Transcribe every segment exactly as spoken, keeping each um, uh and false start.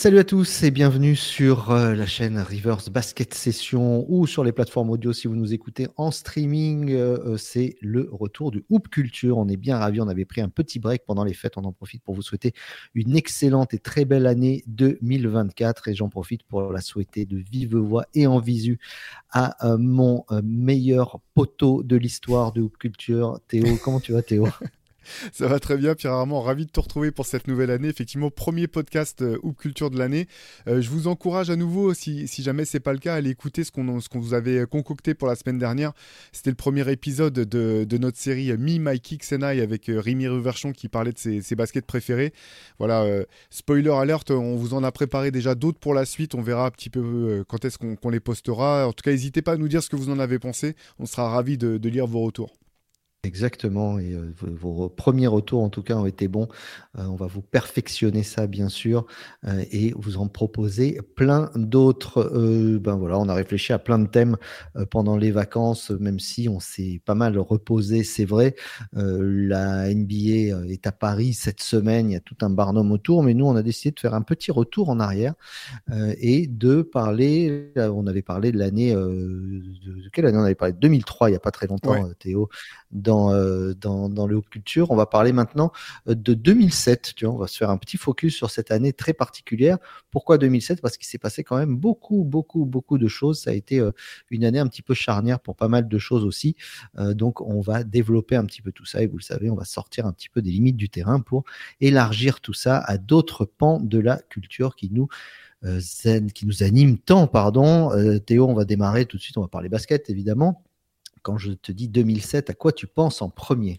Salut à tous et bienvenue sur euh, la chaîne Rivers Basket Session ou sur les plateformes audio si vous nous écoutez en streaming. Euh, c'est le retour du Hoop Culture. On est bien ravis. On avait pris un petit break pendant les fêtes. On en profite pour vous souhaiter une excellente et très belle année deux mille vingt-quatre. Et j'en profite pour la souhaiter de vive voix et en visu à euh, mon euh, meilleur poteau de l'histoire de Hoop Culture, Théo. Comment tu vas, Théo? Ça va très bien, Pierre Armand. Ravi de te retrouver pour cette nouvelle année. Effectivement, premier podcast euh, Hoop Culture de l'année. Euh, je vous encourage à nouveau, si, si jamais c'est pas le cas, à aller écouter ce qu'on ce qu'on vous avait concocté pour la semaine dernière. C'était le premier épisode de, de notre série Me, My Kicks and I avec euh, Rémi Ruverchon qui parlait de ses, ses baskets préférés. Voilà, euh, spoiler alert, on vous en a préparé déjà d'autres pour la suite. On verra un petit peu euh, quand est-ce qu'on qu'on les postera. En tout cas, n'hésitez pas à nous dire ce que vous en avez pensé. On sera ravis de, de lire vos retours. Exactement, et euh, vos, vos premiers retours en tout cas ont été bons. Euh, on va vous perfectionner ça bien sûr euh, et vous en proposer plein d'autres. Euh, ben voilà, on a réfléchi à plein de thèmes euh, pendant les vacances, même si on s'est pas mal reposé, c'est vrai. Euh, la N B A est à Paris cette semaine, il y a tout un barnum autour, mais nous on a décidé de faire un petit retour en arrière euh, et de parler. euh, On avait parlé de l'année, euh, de, de quelle année on avait parlé? De deux mille trois, il n'y a pas très Ouais. longtemps, euh, Théo dans, euh, dans, dans le Hoop Culture. On va parler maintenant euh, de deux mille sept. Tu vois, on va se faire un petit focus sur cette année très particulière. Pourquoi deux mille sept? Parce qu'il s'est passé quand même beaucoup, beaucoup, beaucoup de choses. Ça a été euh, une année un petit peu charnière pour pas mal de choses aussi. Euh, donc, on va développer un petit peu tout ça. Et vous le savez, on va sortir un petit peu des limites du terrain pour élargir tout ça à d'autres pans de la culture qui nous euh, zen, qui nous animent tant, pardon. Euh, Théo, on va démarrer tout de suite. On va parler basket, évidemment. Quand je te dis deux mille sept, à quoi tu penses en premier?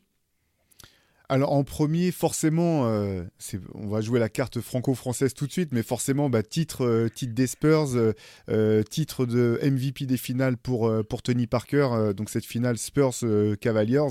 Alors en premier, forcément, euh, c'est- on va jouer la carte franco-française tout de suite, mais forcément, bah, titre, euh, titre des Spurs, euh, euh, titre de M V P des finales pour, euh, pour Tony Parker, euh, donc cette finale Spurs-Cavaliers.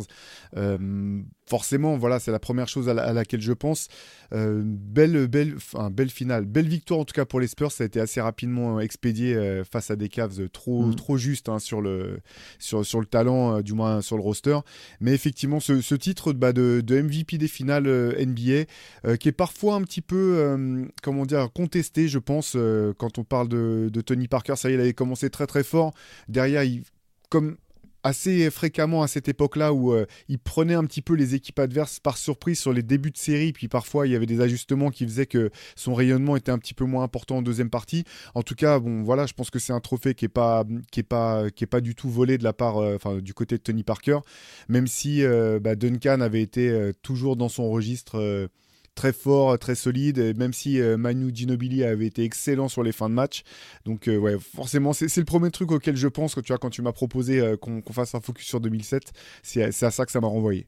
Forcément, voilà, c'est la première chose à, la- à laquelle je pense. Euh, belle, belle, enfin, belle finale, belle victoire en tout cas pour les Spurs. Ça a été assez rapidement expédié euh, face à des Cavs trop, Mm. trop justes hein, sur, le, sur, sur le talent, euh, du moins sur le roster. Mais effectivement, ce, ce titre bah, de, de M V P des finales euh, N B A, euh, qui est parfois un petit peu, euh, comment dire, contesté, je pense, euh, quand on parle de, de Tony Parker. Ça y est, il avait commencé très très fort. Derrière, il, comme assez fréquemment à cette époque-là où euh, il prenait un petit peu les équipes adverses par surprise sur les débuts de série, puis parfois il y avait des ajustements qui faisaient que son rayonnement était un petit peu moins important en deuxième partie. En tout cas, bon voilà, je pense que c'est un trophée qui est pas qui est pas qui est pas du tout volé de la part, euh, enfin du côté de Tony Parker, même si euh, bah, Duncan avait été euh, toujours dans son registre. Euh, très fort, très solide, et même si euh, Manu Ginobili avait été excellent sur les fins de match. Donc euh, ouais, forcément, c'est, c'est le premier truc auquel je pense que tu vois, quand tu m'as proposé euh, qu'on, qu'on fasse un focus sur deux mille sept, c'est, c'est à ça que ça m'a renvoyé.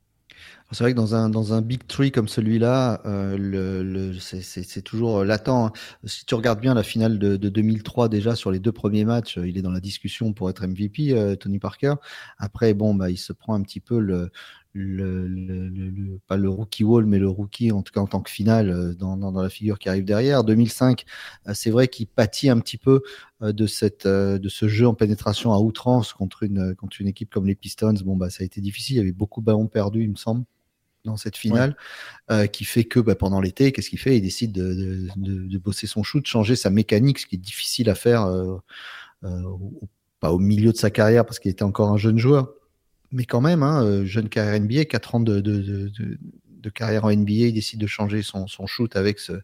C'est vrai que dans un, dans un big tree comme celui-là, euh, le, le- c'est, c'est- c'est toujours latent, hein. Si tu regardes bien la finale de, de deux mille trois, déjà sur les deux premiers matchs, euh, il est dans la discussion pour être M V P, euh, Tony Parker. Après, bon, bah, il se prend un petit peu le, le, le- le- le- pas le rookie wall, mais le rookie, en tout cas en tant que finale, euh, dans, dans, dans la figure qui arrive derrière. deux mille cinq, euh, c'est vrai qu'il pâtit un petit peu euh, de, cette, euh, de ce jeu en pénétration à outrance contre une, contre une équipe comme les Pistons. Bon, bah, ça a été difficile. Il y avait beaucoup de ballons perdus, il me semble, dans cette Ouais. finale, euh, qui fait que bah, pendant l'été, qu'est-ce qu'il fait? Il décide de, de, de, de bosser son shoot, de changer sa mécanique, ce qui est difficile à faire, euh, euh, au, pas au milieu de sa carrière parce qu'il était encore un jeune joueur, mais quand même, hein, euh, jeune carrière N B A, quatre ans de, de, de, de, de carrière en N B A, il décide de changer son, son shoot avec ce,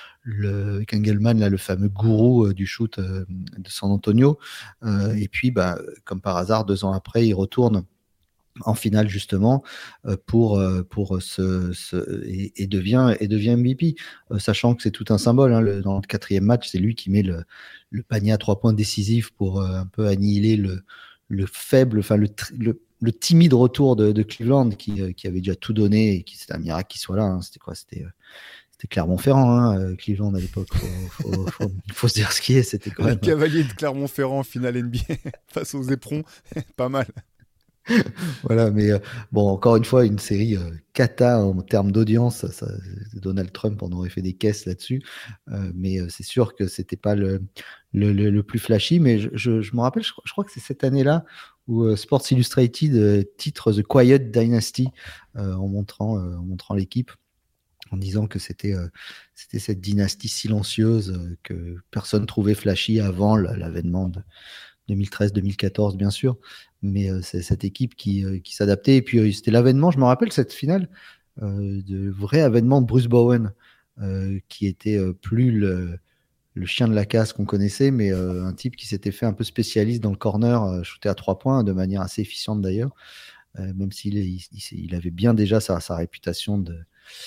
le, avec Engelman, là, le fameux gourou euh, du shoot euh, de San Antonio. Euh, et puis, bah, comme par hasard, deux ans après, il retourne en finale justement euh, pour euh, pour ce, ce et, et devient et devient M V P, euh, sachant que c'est tout un symbole, hein, le, dans le quatrième match, c'est lui qui met le, le panier à trois points décisif pour euh, un peu annihiler le le faible, enfin le, le le timide retour de, de Cleveland qui, euh, qui avait déjà tout donné et qui c'était un miracle qu'il soit là, hein. C'était quoi? C'était euh, c'était Clermont-Ferrand, hein, euh, Cleveland à l'époque. Faut, faut, faut, faut se dire ce qui est. C'était quand Les même Cavaliers de Clermont-Ferrand en finale N B A face aux Éperons, pas mal. voilà, mais euh, bon, encore une fois, une série euh, cata en termes d'audience. Ça, ça- Donald Trump en aurait fait des caisses là-dessus. Euh, mais euh, c'est sûr que c'était pas le, le, le- le plus flashy. Mais je, je- je me rappelle, je, crois je crois que c'est cette année-là où euh, Sports Illustrated euh, titre The Quiet Dynasty euh, en montrant, euh, en montrant l'équipe. en disant que c'était, euh, c'était cette dynastie silencieuse euh, que personne trouvait flashy avant l'avènement de deux mille treize deux mille quatorze, bien sûr. Mais euh, c'est cette équipe qui, euh, qui s'adaptait. Et puis, euh, c'était l'avènement, je me rappelle cette finale, euh, de vrai avènement de Bruce Bowen, euh, qui était euh, plus le, le chien de la casse qu'on connaissait, mais euh, un type qui s'était fait un peu spécialiste dans le corner, euh, shooté à trois points, de manière assez efficiente d'ailleurs, euh, même s'il il, il, il avait bien déjà sa, sa réputation de,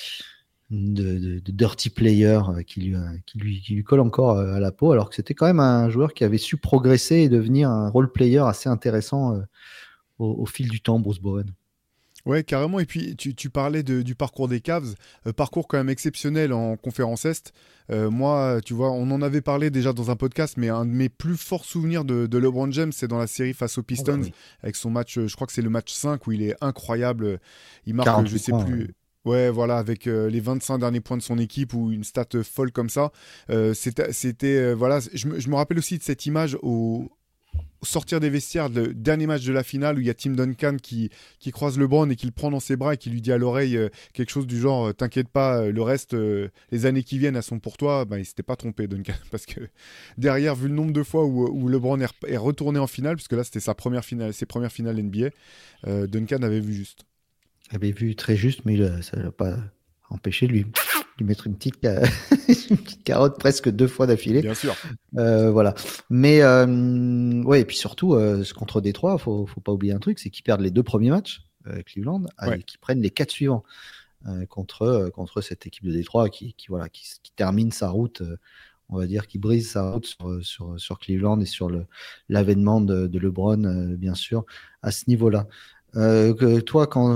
de, de, de dirty player euh, qui, lui, qui, lui, qui lui colle encore euh, à la peau, alors que c'était quand même un joueur qui avait su progresser et devenir un role player assez intéressant euh, au, au fil du temps, Bruce Bowen. Ouais, carrément. Et puis, tu, tu parlais de, du parcours des Cavs, euh, parcours quand même exceptionnel en conférence Est. Euh, moi, tu vois, on en avait parlé déjà dans un podcast, mais un de mes plus forts souvenirs de, de LeBron James, c'est dans la série face aux Pistons, oh bah oui. Avec son match, je crois que c'est le match cinq, où il est incroyable. Il marque, je sais points, plus... Ouais. Ouais, voilà, avec euh, les vingt-cinq derniers points de son équipe ou une stat folle comme ça. Euh, c'était, c'était euh, voilà, je me, je me rappelle aussi de cette image au, au sortir des vestiaires, le dernier match de la finale où il y a Tim Duncan qui, qui croise LeBron et qui le prend dans ses bras et qui lui dit à l'oreille euh, quelque chose du genre euh, t'inquiète pas, euh, le reste, euh, les années qui viennent, elles sont pour toi. Ben, il s'était pas trompé, Duncan, parce que derrière, vu le nombre de fois où, où LeBron est, est retourné en finale, puisque là c'était sa première finale, ses premières finales N B A, euh, Duncan avait vu juste. Il avait vu très juste, mais il, ça ne l'a pas empêché de lui, lui mettre une petite, une petite carotte presque deux fois d'affilée. Bien sûr. Euh, voilà. Mais euh, ouais, et puis surtout, euh, contre Détroit, il faut, faut pas oublier un truc, c'est qu'ils perdent les deux premiers matchs, euh, Cleveland, ouais. Et qu'ils prennent les quatre suivants euh, contre, euh, contre cette équipe de Détroit qui, qui, voilà, qui, qui termine sa route, euh, on va dire, qui brise sa route sur, sur, sur Cleveland et sur le, l'avènement de, de LeBron, euh, bien sûr, à ce niveau-là. Euh, que toi, quand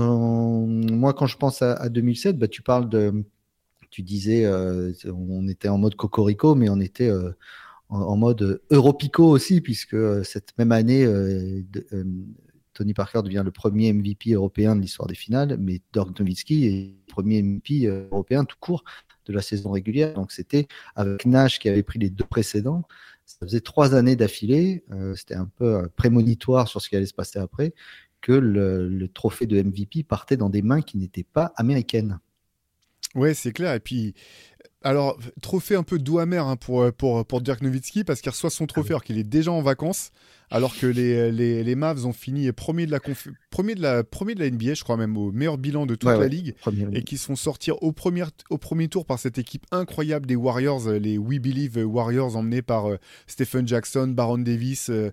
moi, quand je pense à, à deux mille sept, bah, tu parles de, tu disais, euh, on était en mode cocorico, mais on était euh, en, en mode Europico aussi, puisque euh, cette même année, euh, de, euh, Tony Parker devient le premier M V P européen de l'histoire des finales, mais Dirk Nowitzki est le premier M V P européen tout court de la saison régulière. Donc c'était avec Nash qui avait pris les deux précédents. Ça faisait trois années d'affilée. Euh, c'était un peu prémonitoire sur ce qui allait se passer après, que le, le trophée de M V P partait dans des mains qui n'étaient pas américaines. Ouais, c'est clair. Et puis, alors, trophée un peu doux amer hein, pour, pour, pour Dirk Nowitzki, parce qu'il reçoit son trophée alors qu'il est déjà en vacances, alors que les, les, les Mavs ont fini premier de, la conf... premier, de la, premier de la N B A, je crois même au meilleur bilan de toute ouais, la ouais, ligue, premier, et qui se font sortir au premier, au premier tour par cette équipe incroyable des Warriors, les We Believe Warriors emmenés par euh, Stephen Jackson, Baron Davis, euh,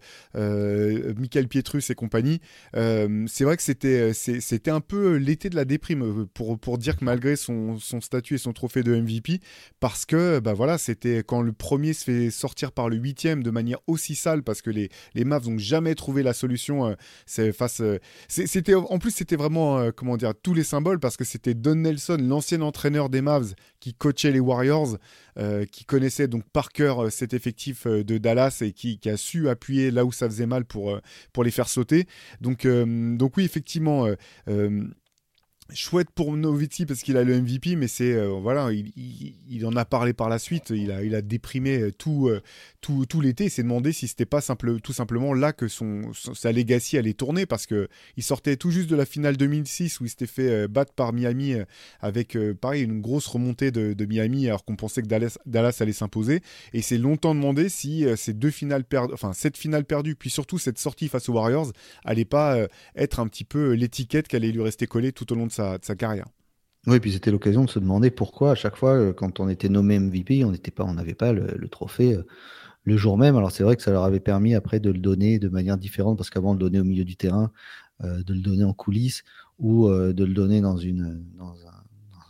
euh, Michael Pietrus et compagnie. Euh, c'est vrai que c'était, c'est, c'était un peu l'été de la déprime pour, pour Dirk, malgré son, son statut et son trophée de M V P, parce que bah voilà, c'était quand le premier se fait sortir par le huitième de manière aussi sale, parce que les, les Mavs n'ont jamais trouvé la solution. Euh, c'est face, euh, c'est, c'était, en plus, c'était vraiment, euh, comment dire, tous les symboles, parce que c'était Don Nelson, l'ancien entraîneur des Mavs, qui coachait les Warriors, euh, qui connaissait donc par cœur euh, cet effectif euh, de Dallas et qui, qui a su appuyer là où ça faisait mal pour, euh, pour les faire sauter. Donc, euh, donc oui, effectivement... Euh, euh, chouette pour Nowitzki parce qu'il a le M V P, mais c'est euh, voilà, il, il, il en a parlé par la suite. Il a, il a déprimé tout, euh, tout, tout l'été. Il s'est demandé si c'était pas simple, tout simplement là que son, son sa legacy allait tourner, parce que il sortait tout juste de la finale deux mille six où il s'était fait euh, battre par Miami euh, avec euh, pareil une grosse remontée de, de Miami, alors qu'on pensait que Dallas, Dallas allait s'imposer. Et il s'est longtemps demandé si euh, ces deux finales perdues, enfin cette finale perdue, puis surtout cette sortie face aux Warriors, allait pas euh, être un petit peu l'étiquette qui allait lui rester collée tout au long de sa de sa carrière. Oui, puis c'était l'occasion de se demander pourquoi à chaque fois, quand on était nommé M V P, on n'était pas, on n'avait pas le, le trophée euh, le jour même. Alors c'est vrai que ça leur avait permis après de le donner de manière différente, parce qu'avant on le donnait au milieu du terrain, euh, de le donner en coulisses, ou euh, de le donner dans une dans un,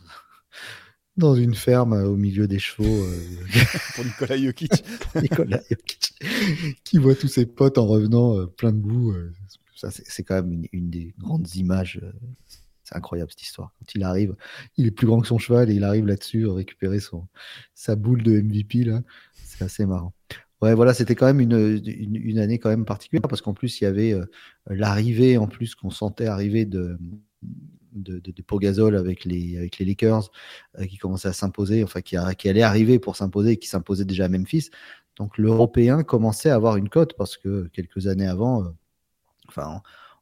dans une ferme euh, au milieu des chevaux. Euh... Pour Nikola Jokic. Pour Nikola Jokic, qui voit tous ses potes en revenant euh, plein de boue. Euh, ça, c'est, c'est quand même une, une des grandes images. Euh, C'est incroyable cette histoire. Quand il arrive, il est plus grand que son cheval et il arrive là-dessus récupérer son, sa boule de M V P là. C'est assez marrant. Ouais, voilà, c'était quand même une, une, une année quand même particulière, parce qu'en plus il y avait euh, l'arrivée en plus qu'on sentait arriver de de, de, de Pau Gasol avec les avec les Lakers euh, qui commençaient à s'imposer, enfin qui, a, qui allait arriver pour s'imposer et qui s'imposait déjà à Memphis. Donc l'Européen commençait à avoir une cote, parce que quelques années avant, euh, enfin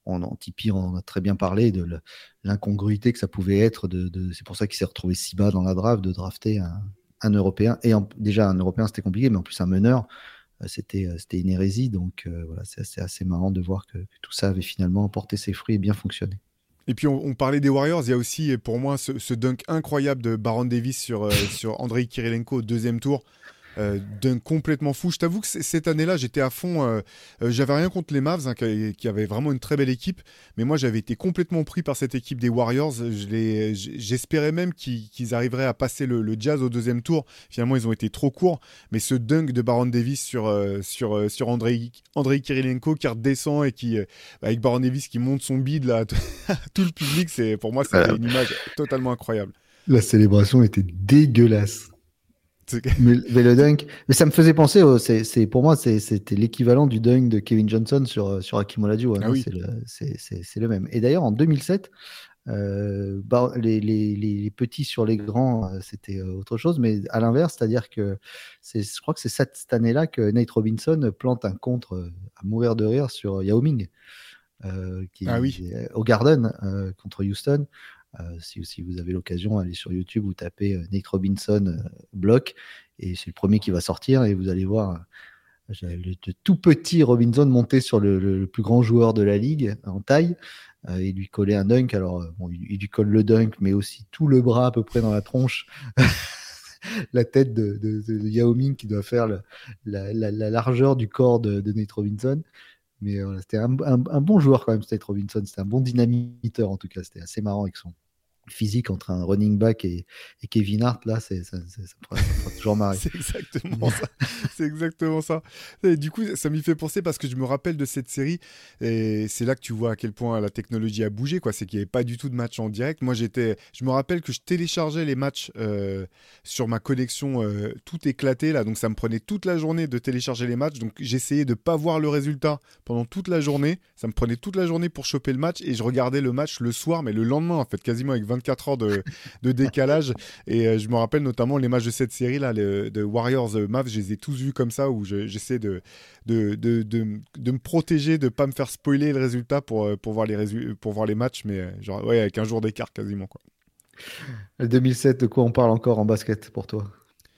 on en Tipeee, on en a très bien parlé de le, l'incongruité que ça pouvait être. De, de, c'est pour ça qu'il s'est retrouvé si bas dans la draft de drafter un, un Européen. Et en, déjà, un Européen, c'était compliqué, mais en plus, un meneur, euh, c'était, euh, c'était une hérésie. Donc euh, voilà, c'est assez, assez marrant de voir que, que tout ça avait finalement porté ses fruits et bien fonctionné. Et puis on, on parlait des Warriors, il y a aussi pour moi ce, ce dunk incroyable de Baron Davis sur, euh, sur Andrei Kirilenko au deuxième tour. Euh, dunk complètement fou. Je t'avoue que c- cette année-là, j'étais à fond. Euh, euh, j'avais rien contre les Mavs, hein, qui, qui avaient vraiment une très belle équipe. Mais moi, j'avais été complètement pris par cette équipe des Warriors. Je les, j'espérais même qu'ils, qu'ils arriveraient à passer le, le Jazz au deuxième tour. Finalement, ils ont été trop courts. Mais ce dunk de Baron Davis sur, euh, sur, euh, sur Andrei, Andrei Kirilenko qui redescend et qui, euh, avec Baron Davis qui monte son bide là, tout le public, c'est, pour moi, c'était une image totalement incroyable. La célébration était dégueulasse. mais, mais le dunk, mais ça me faisait penser, au, c'est, c'est, pour moi, c'est, c'était l'équivalent du dunk de Kevin Johnson sur, sur Hakeem Olajuwon. Ah oui. c'est, le, c'est, c'est, c'est le même. Et d'ailleurs, en deux mille sept, euh, bah, les, les, les petits sur les grands, euh, c'était autre chose, mais à l'inverse, c'est-à-dire que c'est, je crois que c'est cette, cette année-là que Nate Robinson plante un contre euh, à mourir de rire sur Yao Ming, euh, qui, ah oui. au Garden euh, contre Houston. Euh, si, si vous avez l'occasion, allez sur YouTube, vous tapez euh, Nate Robinson euh, bloc, et c'est le premier qui va sortir, et vous allez voir euh, le, le tout petit Robinson monter sur le, le, le plus grand joueur de la ligue en taille, euh, et lui coller un dunk. Alors, euh, bon, il, il lui colle le dunk, mais aussi tout le bras à peu près dans la tronche. La tête de, de, de Yao Ming qui doit faire le, la, la, la largeur du corps de, de Nate Robinson. Mais euh, c'était un, un, un bon joueur quand même, Nate Robinson. C'était un bon dynamiteur en tout cas. C'était assez marrant avec son physique entre un running back et, et Kevin Hart. Là, c'est, ça, c'est, ça, me fera, ça me fera toujours marrer. C'est exactement ça. C'est exactement ça. Et du coup, ça m'y fait penser parce que je me rappelle de cette série et c'est là que tu vois à quel point la technologie a bougé, quoi. C'est qu'il n'y avait pas du tout de match en direct. Moi, j'étais, je me rappelle que je téléchargeais les matchs euh, sur ma connexion euh, tout éclaté là, donc ça me prenait toute la journée de télécharger les matchs. Donc j'essayais de pas voir le résultat pendant toute la journée. Ça me prenait toute la journée pour choper le match et je regardais le match le soir, mais le lendemain en fait, quasiment avec vingt-quatre heures de, de décalage. Et euh, je me rappelle notamment les matchs de cette série là, les, de Warriors euh, Mavs, je les ai tous vus comme ça où je, j'essaie de, de, de, de, de me protéger, de ne pas me faire spoiler le résultat pour, pour, voir, les résu- pour voir les matchs, mais genre, ouais, avec un jour d'écart quasiment, quoi. deux mille sept, de quoi on parle encore en basket pour toi?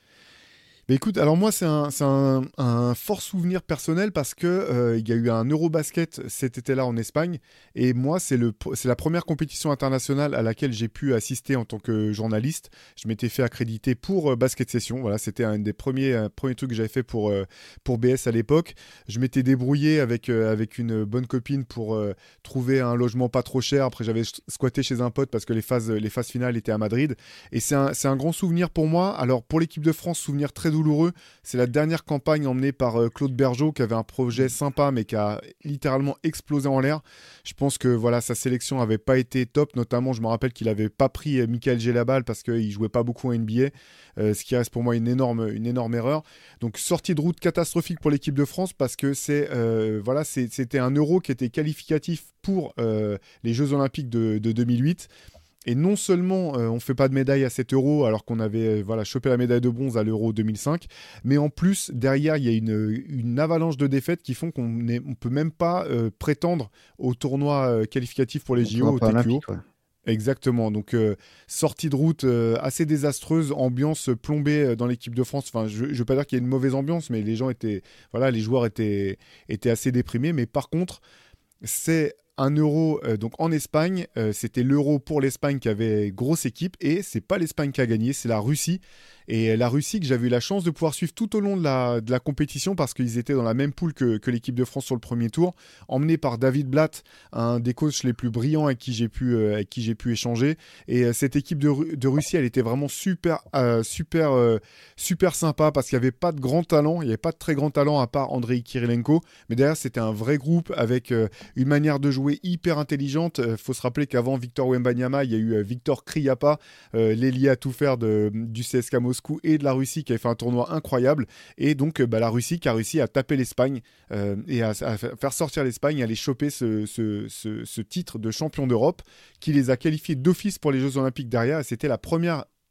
Mais écoute, alors moi, c'est un, c'est un, un fort souvenir personnel parce que euh, il y a eu un Eurobasket cet été-là en Espagne. Et moi, c'est, le, c'est la première compétition internationale à laquelle j'ai pu assister en tant que journaliste. Je m'étais fait accréditer pour euh, Basket Session. Voilà, c'était un des premiers, un premier trucs que j'avais fait pour, euh, pour B S à l'époque. Je m'étais débrouillé avec, euh, avec une bonne copine pour euh, trouver un logement pas trop cher. Après, j'avais squatté chez un pote parce que les phases, les phases finales étaient à Madrid. Et c'est un, c'est un grand souvenir pour moi. Alors, pour l'équipe de France, souvenir très douloureux. C'est la dernière campagne emmenée par euh, Claude Bergeau qui avait un projet sympa mais qui a littéralement explosé en l'air. Je pense que voilà, sa sélection n'avait pas été top, notamment je me rappelle qu'il n'avait pas pris euh, Michael Gelabal parce qu'il ne jouait pas beaucoup en N B A, euh, ce qui reste pour moi une énorme, une énorme erreur. Donc sortie de route catastrophique pour l'équipe de France parce que c'est, euh, voilà, c'est, c'était un euro qui était qualificatif pour euh, les Jeux Olympiques de, de deux mille huit. Et non seulement euh, on ne fait pas de médaille à cet euro alors qu'on avait euh, voilà, chopé la médaille de bronze à l'euro deux mille cinq, mais en plus, derrière, il y a une, une avalanche de défaites qui font qu'on ne peut même pas euh, prétendre au tournoi euh, qualificatif pour les J O, au T Q O. Ouais. Exactement, donc euh, sortie de route euh, assez désastreuse, ambiance plombée dans l'équipe de France. Enfin, je ne veux pas dire qu'il y a une mauvaise ambiance, mais les gens étaient, voilà, les joueurs étaient, étaient assez déprimés. Mais par contre, c'est un euro euh, donc en Espagne, euh, c'était l'euro pour l'Espagne qui avait grosse équipe et c'est pas l'Espagne qui a gagné, c'est la Russie. Et la Russie que j'avais eu la chance de pouvoir suivre tout au long de la, de la compétition parce qu'ils étaient dans la même poule que, que l'équipe de France sur le premier tour, emmené par David Blatt, un des coachs les plus brillants avec qui j'ai pu, euh, avec qui j'ai pu échanger. Et euh, cette équipe de, de Russie, elle était vraiment super, euh, super, euh, super sympa parce qu'il n'y avait pas de grand talent, il n'y avait pas de très grand talent à part Andrei Kirilenko, mais derrière c'était un vrai groupe avec euh, une manière de jouer hyper intelligente. Il euh, faut se rappeler qu'avant Victor Wembanyama, il y a eu euh, Victor Kriapa, euh, l'ailier à tout faire de, du C S K A Moscou et de la Russie qui avait fait un tournoi incroyable. Et donc bah, la Russie qui a réussi à taper l'Espagne euh, et à, à faire sortir l'Espagne et à aller choper ce, ce, ce, ce titre de champion d'Europe qui les a qualifiés d'office pour les Jeux Olympiques derrière. Et c'était la première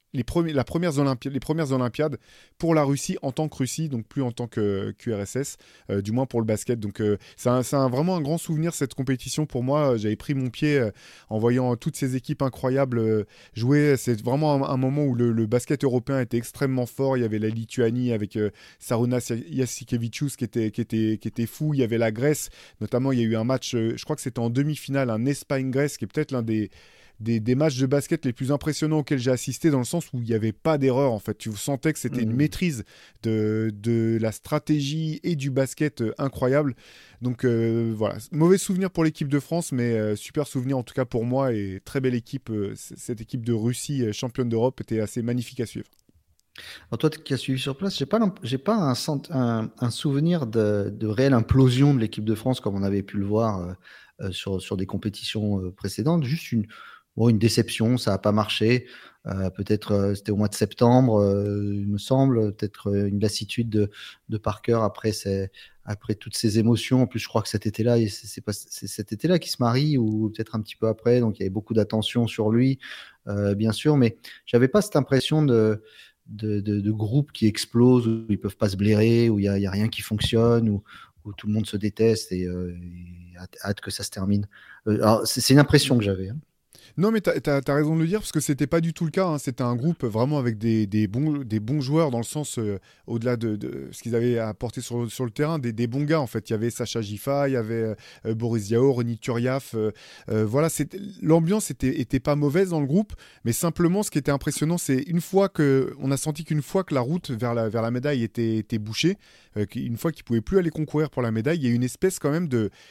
les, premiers, la première Olympi- les premières Olympiades pour la Russie en tant que Russie, donc plus en tant que Q R S S, euh, du moins pour le basket. Donc euh, c'est, un, c'est un, vraiment un grand souvenir cette compétition pour moi. J'avais pris mon pied euh, en voyant toutes ces équipes incroyables euh, jouer. C'est vraiment un, un moment où le, le basket européen était extrêmement fort. Il y avait la Lituanie avec euh, Sarunas Jasikevičius qui était, qui, était, qui était fou. Il y avait la Grèce, notamment il y a eu un match, euh, je crois que c'était en demi-finale, un Espagne-Grèce qui est peut-être l'un des Des, des matchs de basket les plus impressionnants auxquels j'ai assisté, dans le sens où il n'y avait pas d'erreur en fait. Tu sentais que c'était mmh. une maîtrise de, de la stratégie et du basket euh, incroyable. Donc euh, voilà, mauvais souvenir pour l'équipe de France, mais euh, super souvenir en tout cas pour moi, et très belle équipe. Euh, cette équipe de Russie euh, championne d'Europe était assez magnifique à suivre. Alors toi qui as suivi sur place, j'ai pas j'ai pas un, un, un souvenir de, de réelle implosion de l'équipe de France comme on avait pu le voir euh, euh, sur, sur des compétitions euh, précédentes. Juste une Bon, une déception, ça n'a pas marché. Euh, peut-être euh, c'était au mois de septembre, euh, il me semble. Peut-être euh, une lassitude de, de Parker après, ces, après toutes ces émotions. En plus, je crois que cet été-là, c'est, c'est, pas, c'est cet été-là qu'il se marie, ou peut-être un petit peu après. Donc, il y avait beaucoup d'attention sur lui, euh, bien sûr. Mais j'avais pas cette impression de, de, de, de groupe qui explose, où ils peuvent pas se blairer, où il n'y a, a rien qui fonctionne, où, où tout le monde se déteste et, euh, et hâte, hâte que ça se termine. Euh, alors, c'est, c'est une impression que j'avais. Hein. Non, mais t'as, t'as, t'as raison de le dire, parce que c'était pas du tout le cas. Hein. C'était un groupe vraiment avec des, des, bons, des bons joueurs, dans le sens, euh, au-delà de, de ce qu'ils avaient apporté sur, sur le terrain, des, des bons gars, en fait. Il y avait Sacha Gifa, il y avait euh, Boris Diaw, Ronny Turiaf. Euh, euh, voilà, c'était, l'ambiance était, était pas mauvaise dans le groupe, mais simplement, ce qui était impressionnant, c'est une fois que, on a senti qu'une fois que la route vers la, vers la médaille était, était bouchée, euh, une fois qu'ils pouvaient plus aller concourir pour la médaille, il y a eu une espèce quand même de,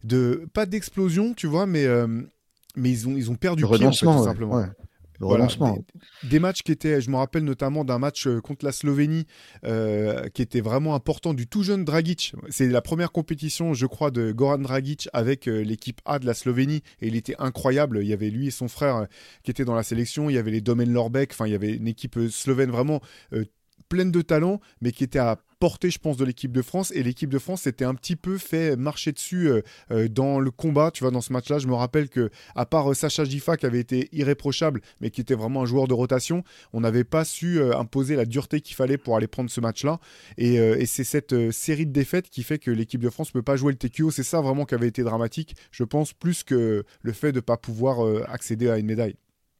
de pas d'explosion, tu vois, mais... Euh, mais ils ont, ils ont perdu le pied, en fait, tout ouais, simplement. Ouais. Le voilà, relancement. Des, des matchs qui étaient, je me rappelle notamment d'un match contre la Slovénie euh, qui était vraiment important, du tout jeune Dragic. C'est la première compétition, je crois, de Goran Dragic avec euh, l'équipe A de la Slovénie, et il était incroyable. Il y avait lui et son frère euh, qui étaient dans la sélection, il y avait les Domen Lorbek, enfin il y avait une équipe euh, slovène vraiment euh, pleine de talent, mais qui était à portée, je pense, de l'équipe de France, et l'équipe de France s'était un petit peu fait marcher dessus euh, euh, dans le combat, tu vois, dans ce match-là. Je me rappelle que, à part euh, Sacha Gifa, qui avait été irréprochable, mais qui était vraiment un joueur de rotation, on n'avait pas su euh, imposer la dureté qu'il fallait pour aller prendre ce match-là, et, euh, et c'est cette euh, série de défaites qui fait que l'équipe de France ne peut pas jouer le T Q O. C'est ça vraiment qui avait été dramatique, je pense, plus que le fait de ne pas pouvoir euh, accéder à une médaille.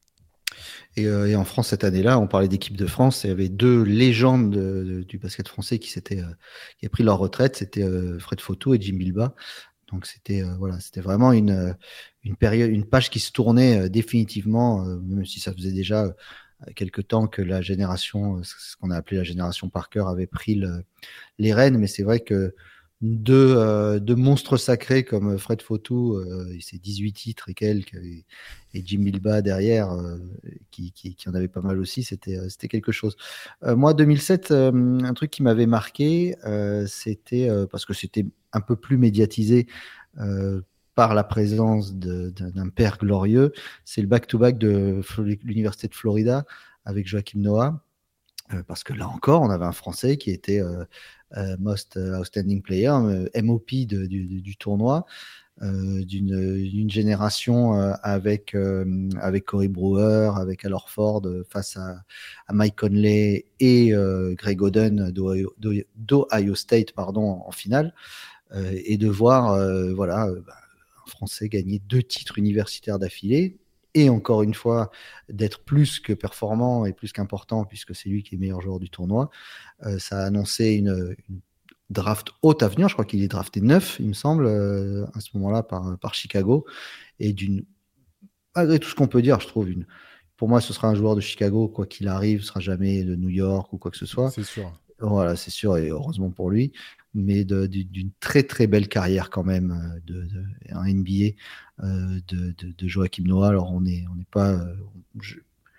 Et, euh, et en France, cette année-là, on parlait d'équipe de France, il y avait deux légendes de, de, du basket français qui, s'étaient, euh, qui avaient pris leur retraite, c'était euh, Fred Fautou et Jim Bilba. Donc c'était euh, voilà, c'était vraiment une, une période, une page qui se tournait euh, définitivement, euh, même si ça faisait déjà euh, quelques temps que la génération, ce qu'on a appelé la génération Parker, avait pris le, les rênes. Mais c'est vrai que deux, euh, deux monstres sacrés comme Fred Fautou, euh, ses dix-huit titres et quelques, et, et Jim Bilba derrière, euh, qui, qui, qui en avait pas mal aussi, c'était, euh, c'était quelque chose. Euh, moi, deux mille sept, euh, un truc qui m'avait marqué, euh, c'était, euh, parce que c'était un peu plus médiatisé euh, par la présence de, d'un, d'un père glorieux, c'est le back-to-back de l'Université de Florida avec Joachim Noah. Euh, parce que là encore, on avait un Français qui était euh, euh, Most Outstanding Player, euh, M O P de, du, du, tournoi, euh, d'une, d'une génération euh, avec, euh, avec Corey Brewer, avec Al Horford, euh, face à, à Mike Conley et euh, Greg Oden d'Ohio, d'Ohio State, pardon, en finale, euh, et de voir euh, voilà, euh, un Français gagner deux titres universitaires d'affilée. Et encore une fois, d'être plus que performant et plus qu'important, puisque c'est lui qui est meilleur joueur du tournoi. Euh, ça a annoncé une, une draft haute à venir. Je crois qu'il est drafté neuf, il me semble, euh, à ce moment-là, par, par Chicago. Et d'une, malgré tout ce qu'on peut dire, je trouve, une, pour moi, ce sera un joueur de Chicago, quoi qu'il arrive, ce sera jamais de New York ou quoi que ce soit. C'est sûr. Voilà, c'est sûr, et heureusement pour lui. Mais de, de, d'une très très belle carrière quand même, de, de un N B A euh, de, de, de Joachim Noah. Alors on n'est on n'est pas, euh, je,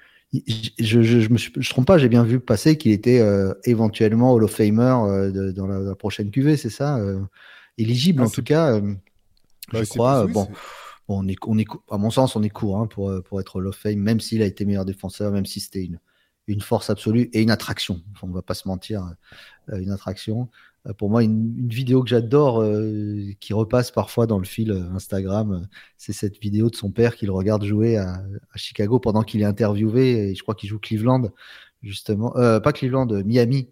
je, je, je me suis, je trompe pas, j'ai bien vu passer qu'il était euh, éventuellement Hall of Famer euh, de, dans la, la prochaine Q V, c'est ça, euh, éligible ah, en tout cas, euh, bah, je crois. Oui, bon, bon, on est, on est, à mon sens, on est court hein, pour pour être Hall of Fame, même s'il a été meilleur défenseur, même si c'était une une force absolue et une attraction. Enfin, on va pas se mentir, une attraction. Euh, pour moi, une, une vidéo que j'adore, euh, qui repasse parfois dans le fil euh, Instagram, euh, c'est cette vidéo de son père qu'il regarde jouer à, à Chicago pendant qu'il est interviewé. Et je crois qu'il joue Cleveland, justement. Euh, pas Cleveland, euh, Miami.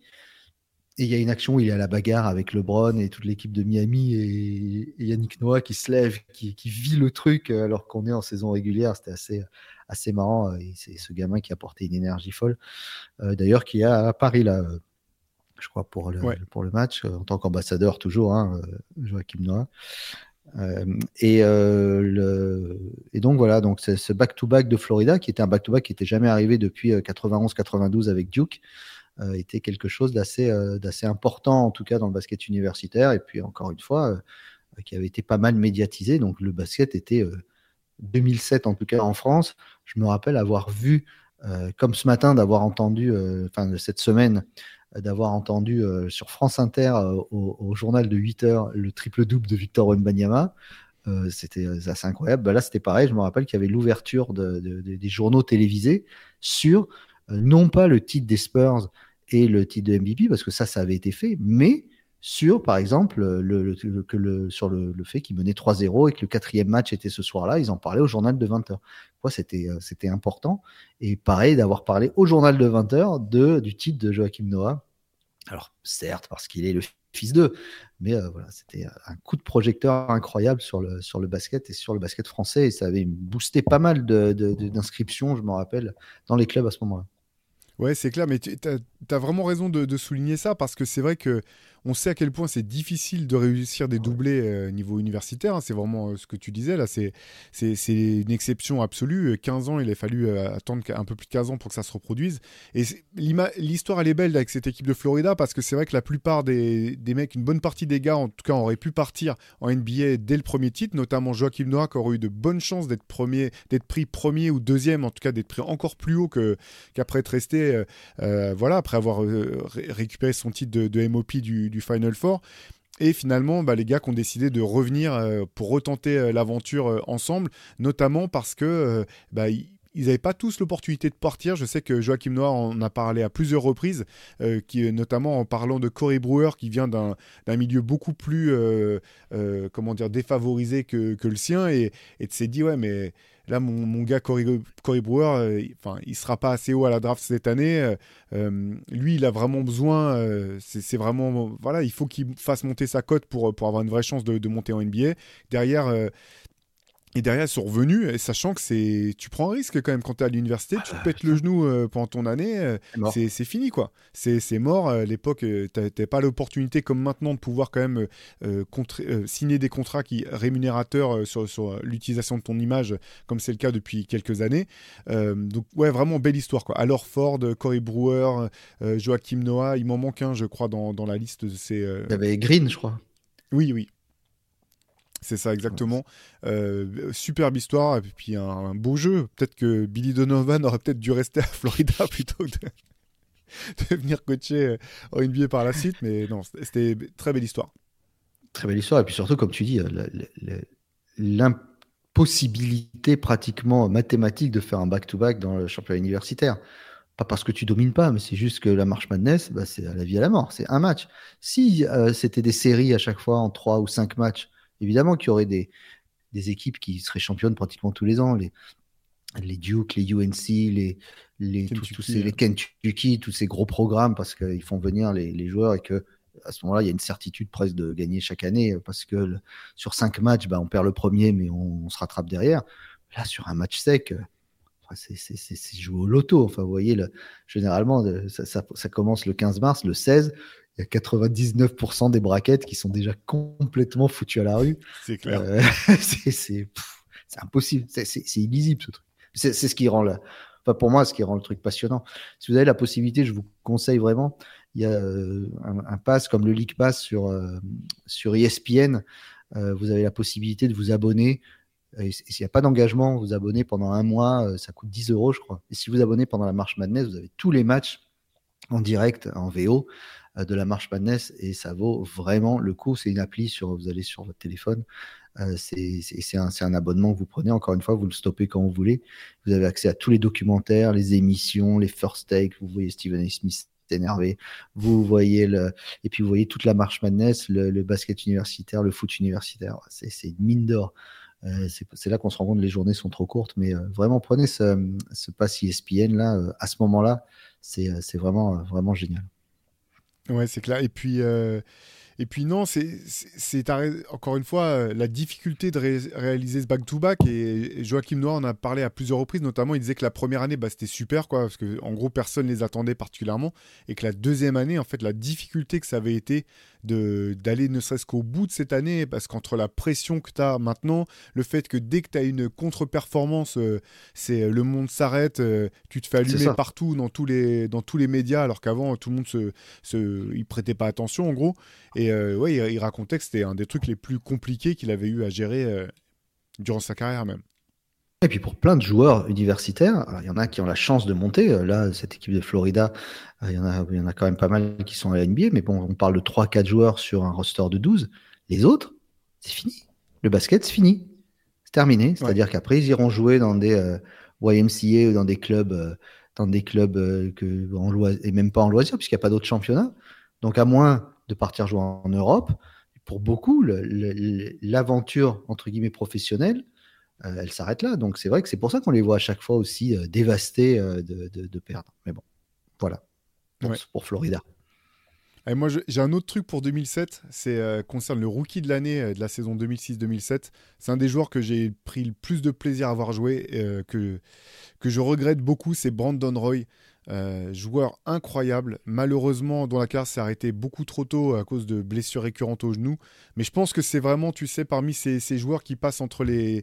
Et il y a une action où il est à la bagarre avec LeBron et toute l'équipe de Miami et, et Yannick Noah qui se lève, qui, qui vit le truc euh, alors qu'on est en saison régulière. C'était assez, assez marrant. Et c'est ce gamin qui a porté une énergie folle. Euh, D'ailleurs, qui est à Paris, là, euh, je crois, pour le, Ouais. pour le match, euh, en tant qu'ambassadeur toujours, hein, euh, Joachim Noah. Euh, et, euh, le, et donc voilà, donc c'est ce back-to-back de Florida, qui était un back-to-back qui n'était jamais arrivé depuis euh, quatre-vingt-onze quatre-vingt-douze avec Duke, euh, était quelque chose d'assez euh, d'assez important, en tout cas dans le basket universitaire, et puis encore une fois, euh, qui avait été pas mal médiatisé. Donc le basket était euh, deux mille sept, en tout cas en France. Je me rappelle avoir vu, euh, comme ce matin, d'avoir entendu, euh, enfin cette semaine, euh, d'avoir entendu euh, sur France Inter euh, au, au journal de huit heures le triple-double de Victor Wembanyama. Euh, c'était assez incroyable. Bah là, c'était pareil. Je me rappelle qu'il y avait l'ouverture de, de, de, des journaux télévisés sur euh, non pas le titre des Spurs et le titre de M V P, parce que ça, ça avait été fait, mais sur, par exemple, le, le, le, que le, sur le, le fait qu'ils menaient trois zéro et que le quatrième match était ce soir-là. Ils en parlaient au journal de vingt heures. Quoi, c'était, euh, c'était important. Et pareil, d'avoir parlé au journal de vingt heures de, du titre de Joachim Noah. Alors, certes, parce qu'il est le fils d'eux, mais euh, voilà, c'était un coup de projecteur incroyable sur le, sur le basket et sur le basket français. Et ça avait boosté pas mal de, de, de, d'inscriptions, je me rappelle, dans les clubs à ce moment-là. Ouais, c'est clair, mais tu as, vraiment raison de, de souligner ça parce que c'est vrai que on sait à quel point c'est difficile de réussir des doublés euh, niveau universitaire. Hein, c'est vraiment euh, ce que tu disais là. C'est, c'est, c'est une exception absolue. quinze ans, il a fallu euh, attendre un peu plus de quinze ans pour que ça se reproduise. Et l'histoire, elle est belle avec cette équipe de Florida parce que c'est vrai que la plupart des, des mecs, une bonne partie des gars, en tout cas, auraient pu partir en N B A dès le premier titre, notamment Joachim Noah qui aurait eu de bonnes chances d'être, premier, d'être pris premier ou deuxième, en tout cas d'être pris encore plus haut que, qu'après être resté. Euh, euh, voilà, après avoir euh, ré- récupéré son titre de, de M O P du, du Final Four. Et finalement, bah, les gars qui ont décidé de revenir euh, pour retenter euh, l'aventure euh, ensemble, notamment parce que euh, bah, ils n'avaient pas tous l'opportunité de partir. Je sais que Joachim Noah en a parlé à plusieurs reprises, euh, qui, notamment en parlant de Corey Brewer, qui vient d'un, d'un milieu beaucoup plus euh, euh, comment dire, défavorisé que, que le sien, et, et de s'est dit, ouais, mais là, mon, mon gars Corey, Corey Brewer, euh, enfin, il ne sera pas assez haut à la draft cette année. Euh, euh, lui, il a vraiment besoin. Euh, c'est, c'est vraiment. Voilà, il faut qu'il fasse monter sa cote pour, pour avoir une vraie chance de, de monter en N B A. Derrière. Euh, et derrière, ils sont revenus, et sachant que c'est, tu prends un risque quand même quand tu es à l'université, tu te pètes le genou euh, pendant ton année, euh, c'est, c'est fini quoi. C'est, c'est mort. À l'époque, euh, tu n'avais pas l'opportunité comme maintenant de pouvoir quand même euh, contre, euh, signer des contrats qui rémunérateurs euh, sur, sur l'utilisation de ton image, comme c'est le cas depuis quelques années. Euh, donc ouais, vraiment belle histoire quoi. Alors Ford, Corey Brewer, euh, Joachim Noah, il m'en manque un, je crois, dans, dans la liste de ces. Euh... Il y avait Green, je crois. Oui, oui. C'est ça, exactement. Euh, superbe histoire, et puis un, un beau jeu. Peut-être que Billy Donovan aurait peut-être dû rester à Florida plutôt que de, de venir coacher en N B A par la suite, mais non, c'était une très belle histoire. Très belle histoire, et puis surtout, comme tu dis, l'impossibilité pratiquement mathématique de faire un back-to-back dans le championnat universitaire. Pas parce que tu domines pas, mais c'est juste que la March Madness, bah, c'est à la vie à la mort, c'est un match. Si euh, c'était des séries à chaque fois en trois ou cinq matchs, évidemment qu'il y aurait des, des équipes qui seraient championnes pratiquement tous les ans, les, les Duke, les U N C, les, les, tous, tous ces, les Kentucky, tous ces gros programmes, parce qu'ils font venir les, les joueurs et que à ce moment-là, il y a une certitude presque de gagner chaque année, parce que le, sur cinq matchs, bah, on perd le premier, mais on, on se rattrape derrière. Là, sur un match sec, c'est, c'est, c'est, c'est jouer au loto. Enfin, vous voyez, le, généralement, ça, ça, ça commence le quinze mars, le seize, il y a quatre-vingt-dix-neuf pour cent des braquettes qui sont déjà complètement foutues à la rue. C'est clair. Euh, c'est, c'est, pff, c'est impossible. C'est, c'est, c'est illisible, ce truc. C'est, c'est ce qui rend la, enfin, pour moi, ce qui rend le truc passionnant. Si vous avez la possibilité, je vous conseille vraiment, il y a euh, un, un pass comme le League Pass sur, euh, sur E S P N. Euh, vous avez la possibilité de vous abonner. Et s'il n'y a pas d'engagement, vous vous abonnez pendant un mois, ça coûte dix euros, je crois. Et si vous abonnez pendant la March Madness, vous avez tous les matchs en direct, en V O, de la March Madness, et ça vaut vraiment le coup. C'est une appli, sur, vous allez sur votre téléphone. Euh, c'est, c'est, c'est, un, c'est un abonnement que vous prenez. Encore une fois, vous le stoppez quand vous voulez. Vous avez accès à tous les documentaires, les émissions, les first takes. Vous voyez Stephen A. Smith énervé. Vous voyez le, et puis vous voyez toute la marche madness, le, le basket universitaire, le foot universitaire. C'est, c'est une mine d'or. Euh, c'est, c'est là qu'on se rend compte que les journées sont trop courtes, mais euh, vraiment prenez ce, ce pass E S P N là, euh, à ce moment-là, c'est, euh, c'est vraiment, euh, vraiment génial. Ouais, c'est clair. Et puis, euh, et puis non, c'est, c'est, c'est arrêt- encore une fois euh, la difficulté de ré- réaliser ce back-to-back. Et, et Joachim Noah en a parlé à plusieurs reprises, notamment il disait que la première année, bah, c'était super, quoi, parce que en gros, personne les attendait particulièrement. Et que la deuxième année, en fait, la difficulté que ça avait été de, d'aller ne serait-ce qu'au bout de cette année, parce qu'entre la pression que tu as maintenant, le fait que dès que tu as une contre-performance, euh, c'est le monde s'arrête, euh, tu te fais C'est allumer ça. partout dans tous les, dans tous les médias, alors qu'avant, tout le monde se, se, il prêtait pas attention, en gros. Et euh, ouais, il, il racontait que c'était un des trucs les plus compliqués qu'il avait eu à gérer euh, durant sa carrière même. Et puis pour plein de joueurs universitaires, alors, il y en a qui ont la chance de monter. Euh, Là, cette équipe de Florida, euh, il y en a, il y en a quand même pas mal qui sont à la N B A, mais bon, on parle de trois quatre joueurs sur un roster de douze. Les autres, c'est fini. Le basket, c'est fini. C'est terminé. Ouais. C'est-à-dire qu'après, ils iront jouer dans des euh, Y M C A ou dans des clubs, euh, dans des clubs euh, que, en loi- et même pas en loisir, puisqu'il n'y a pas d'autres championnats. Donc, à moins de partir jouer en Europe, pour beaucoup, le- le- l'aventure, entre guillemets, professionnelle, euh, elle s'arrête là. Donc c'est vrai que c'est pour ça qu'on les voit à chaque fois aussi euh, dévastés euh, de, de, de perdre. Mais bon, voilà, pour, Ouais. pour Florida. Et moi, je- j'ai un autre truc pour deux mille sept, c'est euh, concerne le rookie de l'année euh, de la saison deux mille six deux mille sept. C'est un des joueurs que j'ai pris le plus de plaisir à avoir joué, euh, que, que je regrette beaucoup, c'est Brandon Roy. Euh, joueur incroyable, malheureusement dont la carrière s'est arrêtée beaucoup trop tôt à cause de blessures récurrentes au genou. Mais je pense que c'est vraiment, tu sais, parmi ces, ces joueurs qui passent entre les,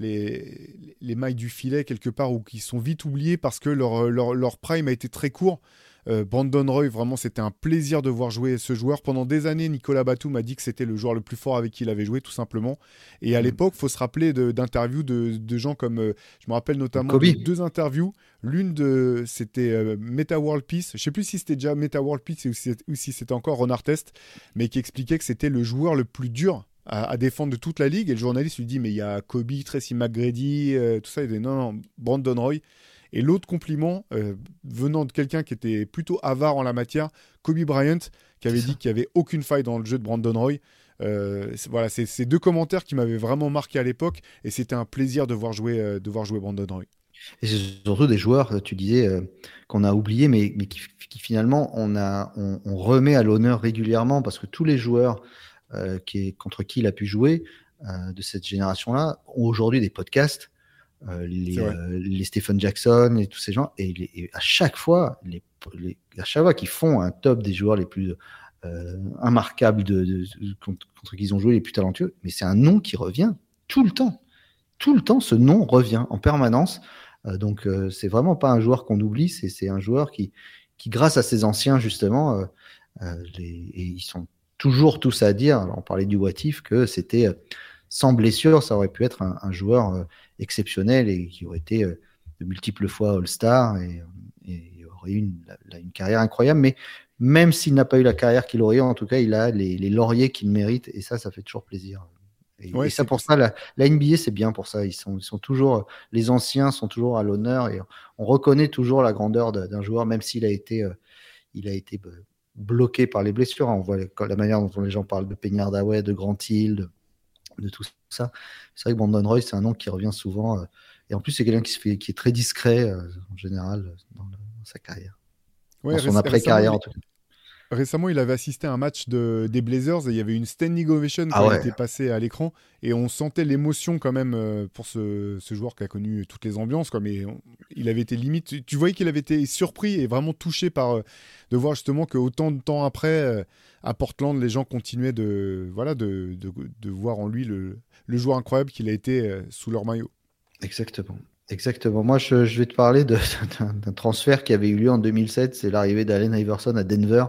les, les mailles du filet quelque part ou qui sont vite oubliés parce que leur, leur, leur prime a été très court. Euh, Brandon Roy, vraiment, c'était un plaisir de voir jouer ce joueur. Pendant des années, Nicolas Batum m'a dit que c'était le joueur le plus fort avec qui il avait joué, tout simplement. Et à Mm. l'époque, il faut se rappeler de- d'interviews de, de gens comme, euh, je me rappelle notamment de Kobe. deux interviews. L'une de, c'était euh, Meta World Peace. Je sais plus si c'était déjà Meta World Peace ou si, ou si c'était encore Ron Artest, mais qui expliquait que c'était le joueur le plus dur à, à défendre de toute la ligue. Et le journaliste lui dit, mais il y a Kobe, Tracy McGrady, euh, tout ça. Il dit, non, non, Brandon Roy. Et l'autre compliment, euh, venant de quelqu'un qui était plutôt avare en la matière, Kobe Bryant, qui avait dit qu'il n'y avait aucune faille dans le jeu de Brandon Roy. Euh, c'est- voilà, c'est ces deux commentaires qui m'avaient vraiment marqué à l'époque, et c'était un plaisir de voir jouer, euh, de voir jouer Brandon Roy. Et c'est surtout des joueurs, tu disais, euh, qu'on a oubliés, mais, mais qui, qui finalement, on, a, on, on remet à l'honneur régulièrement parce que tous les joueurs euh, qui est, contre qui il a pu jouer euh, de cette génération-là ont aujourd'hui des podcasts. Euh, C'est les, vrai. euh, les Stephen Jackson et tous ces gens, et, les- et à chaque fois, les, les- à chaque fois qu'ils font un top des joueurs les plus euh, immarquables de, de- de- contre, contre qui ils ont joué, les plus talentueux, mais c'est un nom qui revient tout le temps. Tout le temps, ce nom revient en permanence. Euh, donc, euh, c'est vraiment pas un joueur qu'on oublie, c'est, c'est un joueur qui, qui, grâce à ses anciens, justement, euh, euh, les, et ils sont toujours tous à dire, alors on parlait du What If, que c'était euh, sans blessure, ça aurait pu être un, un joueur euh, exceptionnel et qui aurait été euh, de multiples fois All-Star et, et aurait eu une, la, une carrière incroyable. Mais même s'il n'a pas eu la carrière qu'il aurait eu, en tout cas, il a les, les lauriers qu'il mérite et ça, ça fait toujours plaisir. Et, Ouais, et ça, c'est, pour ça, la, la N B A, c'est bien pour ça. Ils sont, ils sont toujours, les anciens sont toujours à l'honneur et on reconnaît toujours la grandeur de, d'un joueur, même s'il a été, euh, il a été euh, bloqué par les blessures. On voit la manière dont les gens parlent de Penny Hardaway, de Grant Hill, de, de tout ça. C'est vrai que Brandon Roy, c'est un nom qui revient souvent. Euh, et en plus, c'est quelqu'un qui, se fait, qui est très discret euh, en général dans, le, dans sa carrière, dans ouais, son réc- récemment, après-carrière il, en tout cas. Récemment, il avait assisté à un match de, des Blazers et il y avait une standing ovation quand Ah il ouais, était passé à l'écran et on sentait l'émotion quand même euh, pour ce, ce joueur qui a connu toutes les ambiances. Quoi, mais on- il avait été limite, tu, tu voyais qu'il avait été surpris et vraiment touché par euh, de voir justement que autant de temps après, euh, à Portland, les gens continuaient de, voilà, de, de, de voir en lui le, le joueur incroyable qu'il a été euh, sous leur maillot. exactement. Exactement. Moi, je, je vais te parler de, d'un, d'un transfert qui avait eu lieu en deux mille sept. C'est l'arrivée d'Allen Iverson à Denver.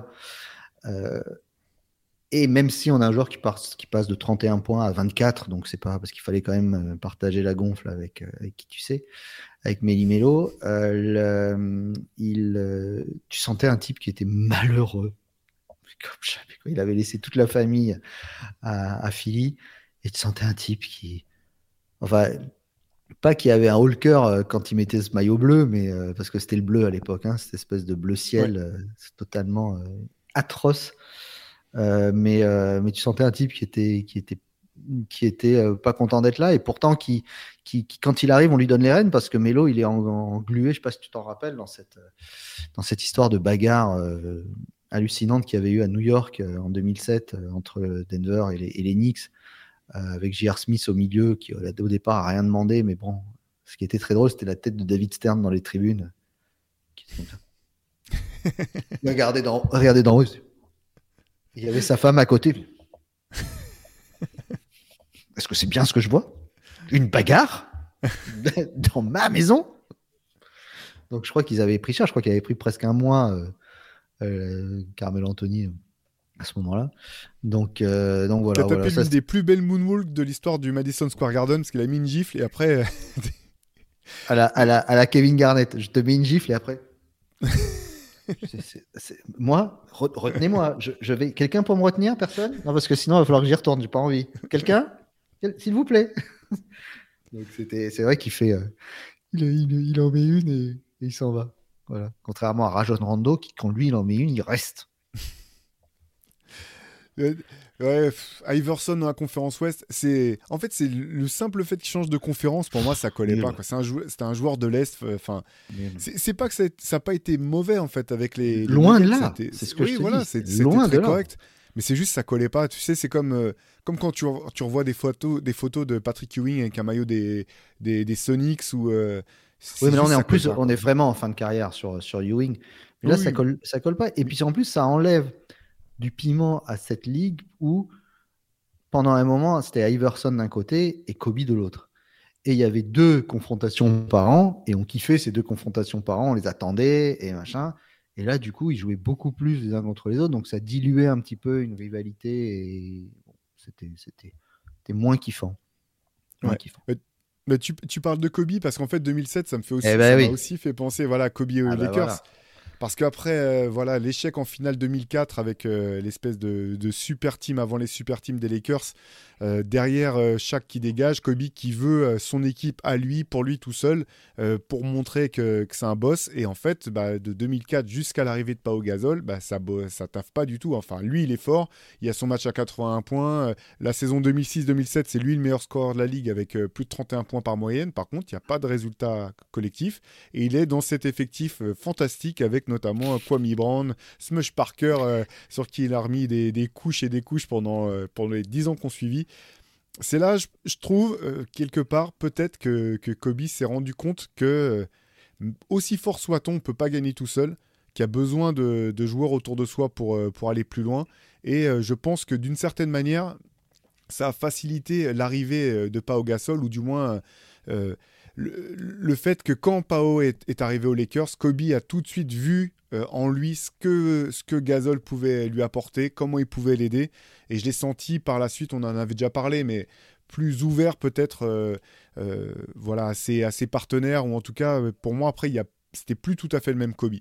Euh, et même si on a un joueur qui, passe, qui passe de trente et un points à vingt-quatre, donc c'est pas parce qu'il fallait quand même partager la gonfle avec, avec qui tu sais, avec Méli Mélo, euh, le, il, euh, tu sentais un type qui était malheureux. Comme jamais, quoi. Il avait laissé toute la famille à, à Philly et tu sentais un type qui. Enfin, Pas qu'il y avait un Hulker euh, quand il mettait ce maillot bleu, mais euh, parce que c'était le bleu à l'époque, hein, cette espèce de bleu Ouais. ciel, euh, c'est totalement euh, atroce. Euh, mais, euh, mais tu sentais un type qui était, qui était, qui était euh, pas content d'être là, et pourtant qui, qui, qui, quand il arrive, on lui donne les rênes parce que Melo, il est en- englué. Je sais pas si tu t'en rappelles dans cette, euh, dans cette histoire de bagarre euh, hallucinante qu'il y avait eu à New York euh, en deux mille sept euh, entre Denver et les, et les Knicks, euh, avec J R. Smith au milieu qui au départ a rien demandé, mais bon, ce qui était très drôle, c'était la tête de David Stern dans les tribunes, qui était comme ça. Regardez d'en regardez d'en haut. Il y avait sa femme à côté. Est-ce que c'est bien ce que je vois? Une bagarre dans ma maison? Donc je crois qu'ils avaient pris cher, je crois qu'ils avaient pris presque un mois, euh, euh, Carmelo Anthony, euh, à ce moment-là. Donc, euh, donc Qui a voilà, voilà. tapé Ça, l'une des plus belles moonwalks de l'histoire du Madison Square Garden, parce qu'il a mis une gifle et après. à, la, à, la, à la Kevin Garnett, je te mets une gifle et après. C'est, c'est, c'est... Moi, re- retenez-moi. Je, je vais... Quelqu'un pour me retenir? Personne? Non, parce que sinon, il va falloir que j'y retourne. J'ai pas envie. Quelqu'un? Quel- S'il vous plaît. Donc c'était, c'est vrai qu'il fait, euh, il, il, il en met une et, et il s'en va. Voilà. Contrairement à Rajon Rondo, qui quand lui il en met une, il reste. Euh, ouais, pff, Iverson dans la conférence Ouest, c'est en fait c'est le simple fait qu'il change de conférence pour moi ça collait pas Nul. quoi. C'est un jou- c'était un joueur de l'Est. Enfin, Nul. c'est c'est pas que ça n'a pas été mauvais en fait avec les, les Loin de Nuggets. Ça a là. été- C'est ce que oui je te voilà, dis. C'est c'est- c'était loin de très là. correct. Mais c'est juste ça collait pas. Tu sais, c'est comme euh, comme quand tu, re- tu revois des photos des photos de Patrick Ewing avec un maillot des des, des Sonics ou euh, Oui, c'est mais là on juste est en ça colle plus, pas on quoi. est vraiment en fin de carrière sur, sur Ewing. Mais là, ça Oui, colle, ça colle pas. Et puis en plus, ça enlève du piment à cette ligue où pendant un moment, c'était Iverson d'un côté et Kobe de l'autre. Et il y avait deux confrontations par an, et on kiffait ces deux confrontations par an, on les attendait, et machin. Et là, du coup, ils jouaient beaucoup plus les uns contre les autres, donc ça diluait un petit peu une rivalité, et bon, c'était, c'était, c'était moins kiffant. Moins ouais. kiffant. Euh, mais tu, tu parles de Kobe parce qu'en fait deux mille sept ça me fait Eh aussi ça ben m'a oui. aussi fait penser voilà Kobe aux Ah ben Lakers. voilà. Parce qu'après, euh, voilà, l'échec en finale deux mille quatre avec euh, l'espèce de, de super team avant les super teams des Lakers, euh, derrière euh, Shaq qui dégage, Kobe qui veut euh, son équipe à lui, pour lui tout seul, euh, pour montrer que, que c'est un boss. Et en fait, bah, de deux mille quatre jusqu'à l'arrivée de Pau Gasol, bah, ça, ça taffe pas du tout. Enfin, lui, il est fort. Il a son match à quatre-vingt-un points. Euh, la saison deux mille six deux mille sept, c'est lui le meilleur scoreur de la ligue avec euh, plus de trente et un points par moyenne. Par contre, il n'y a pas de résultat collectif. Et il est dans cet effectif euh, fantastique avec notamment euh, Kwame Brown, Smush Parker, euh, sur qui il a remis des, des couches et des couches pendant, euh, pendant les dix ans qu'on suivit. C'est là, je, je trouve, euh, quelque part, peut-être que, que Kobe s'est rendu compte que, euh, aussi fort soit-on, on ne peut pas gagner tout seul, qu'il y a besoin de, de joueurs autour de soi pour, euh, pour aller plus loin. Et euh, je pense que d'une certaine manière, ça a facilité l'arrivée de Pau Gasol, ou du moins euh, le, le fait que quand Pau est, est arrivé aux Lakers, Kobe a tout de suite vu euh, en lui ce que, ce que Gasol pouvait lui apporter, comment il pouvait l'aider. Et je l'ai senti par la suite, on en avait déjà parlé, mais plus ouvert peut-être euh, euh, voilà, à, ses, à ses partenaires, ou en tout cas, pour moi, après, il y a, c'était plus tout à fait le même Kobe.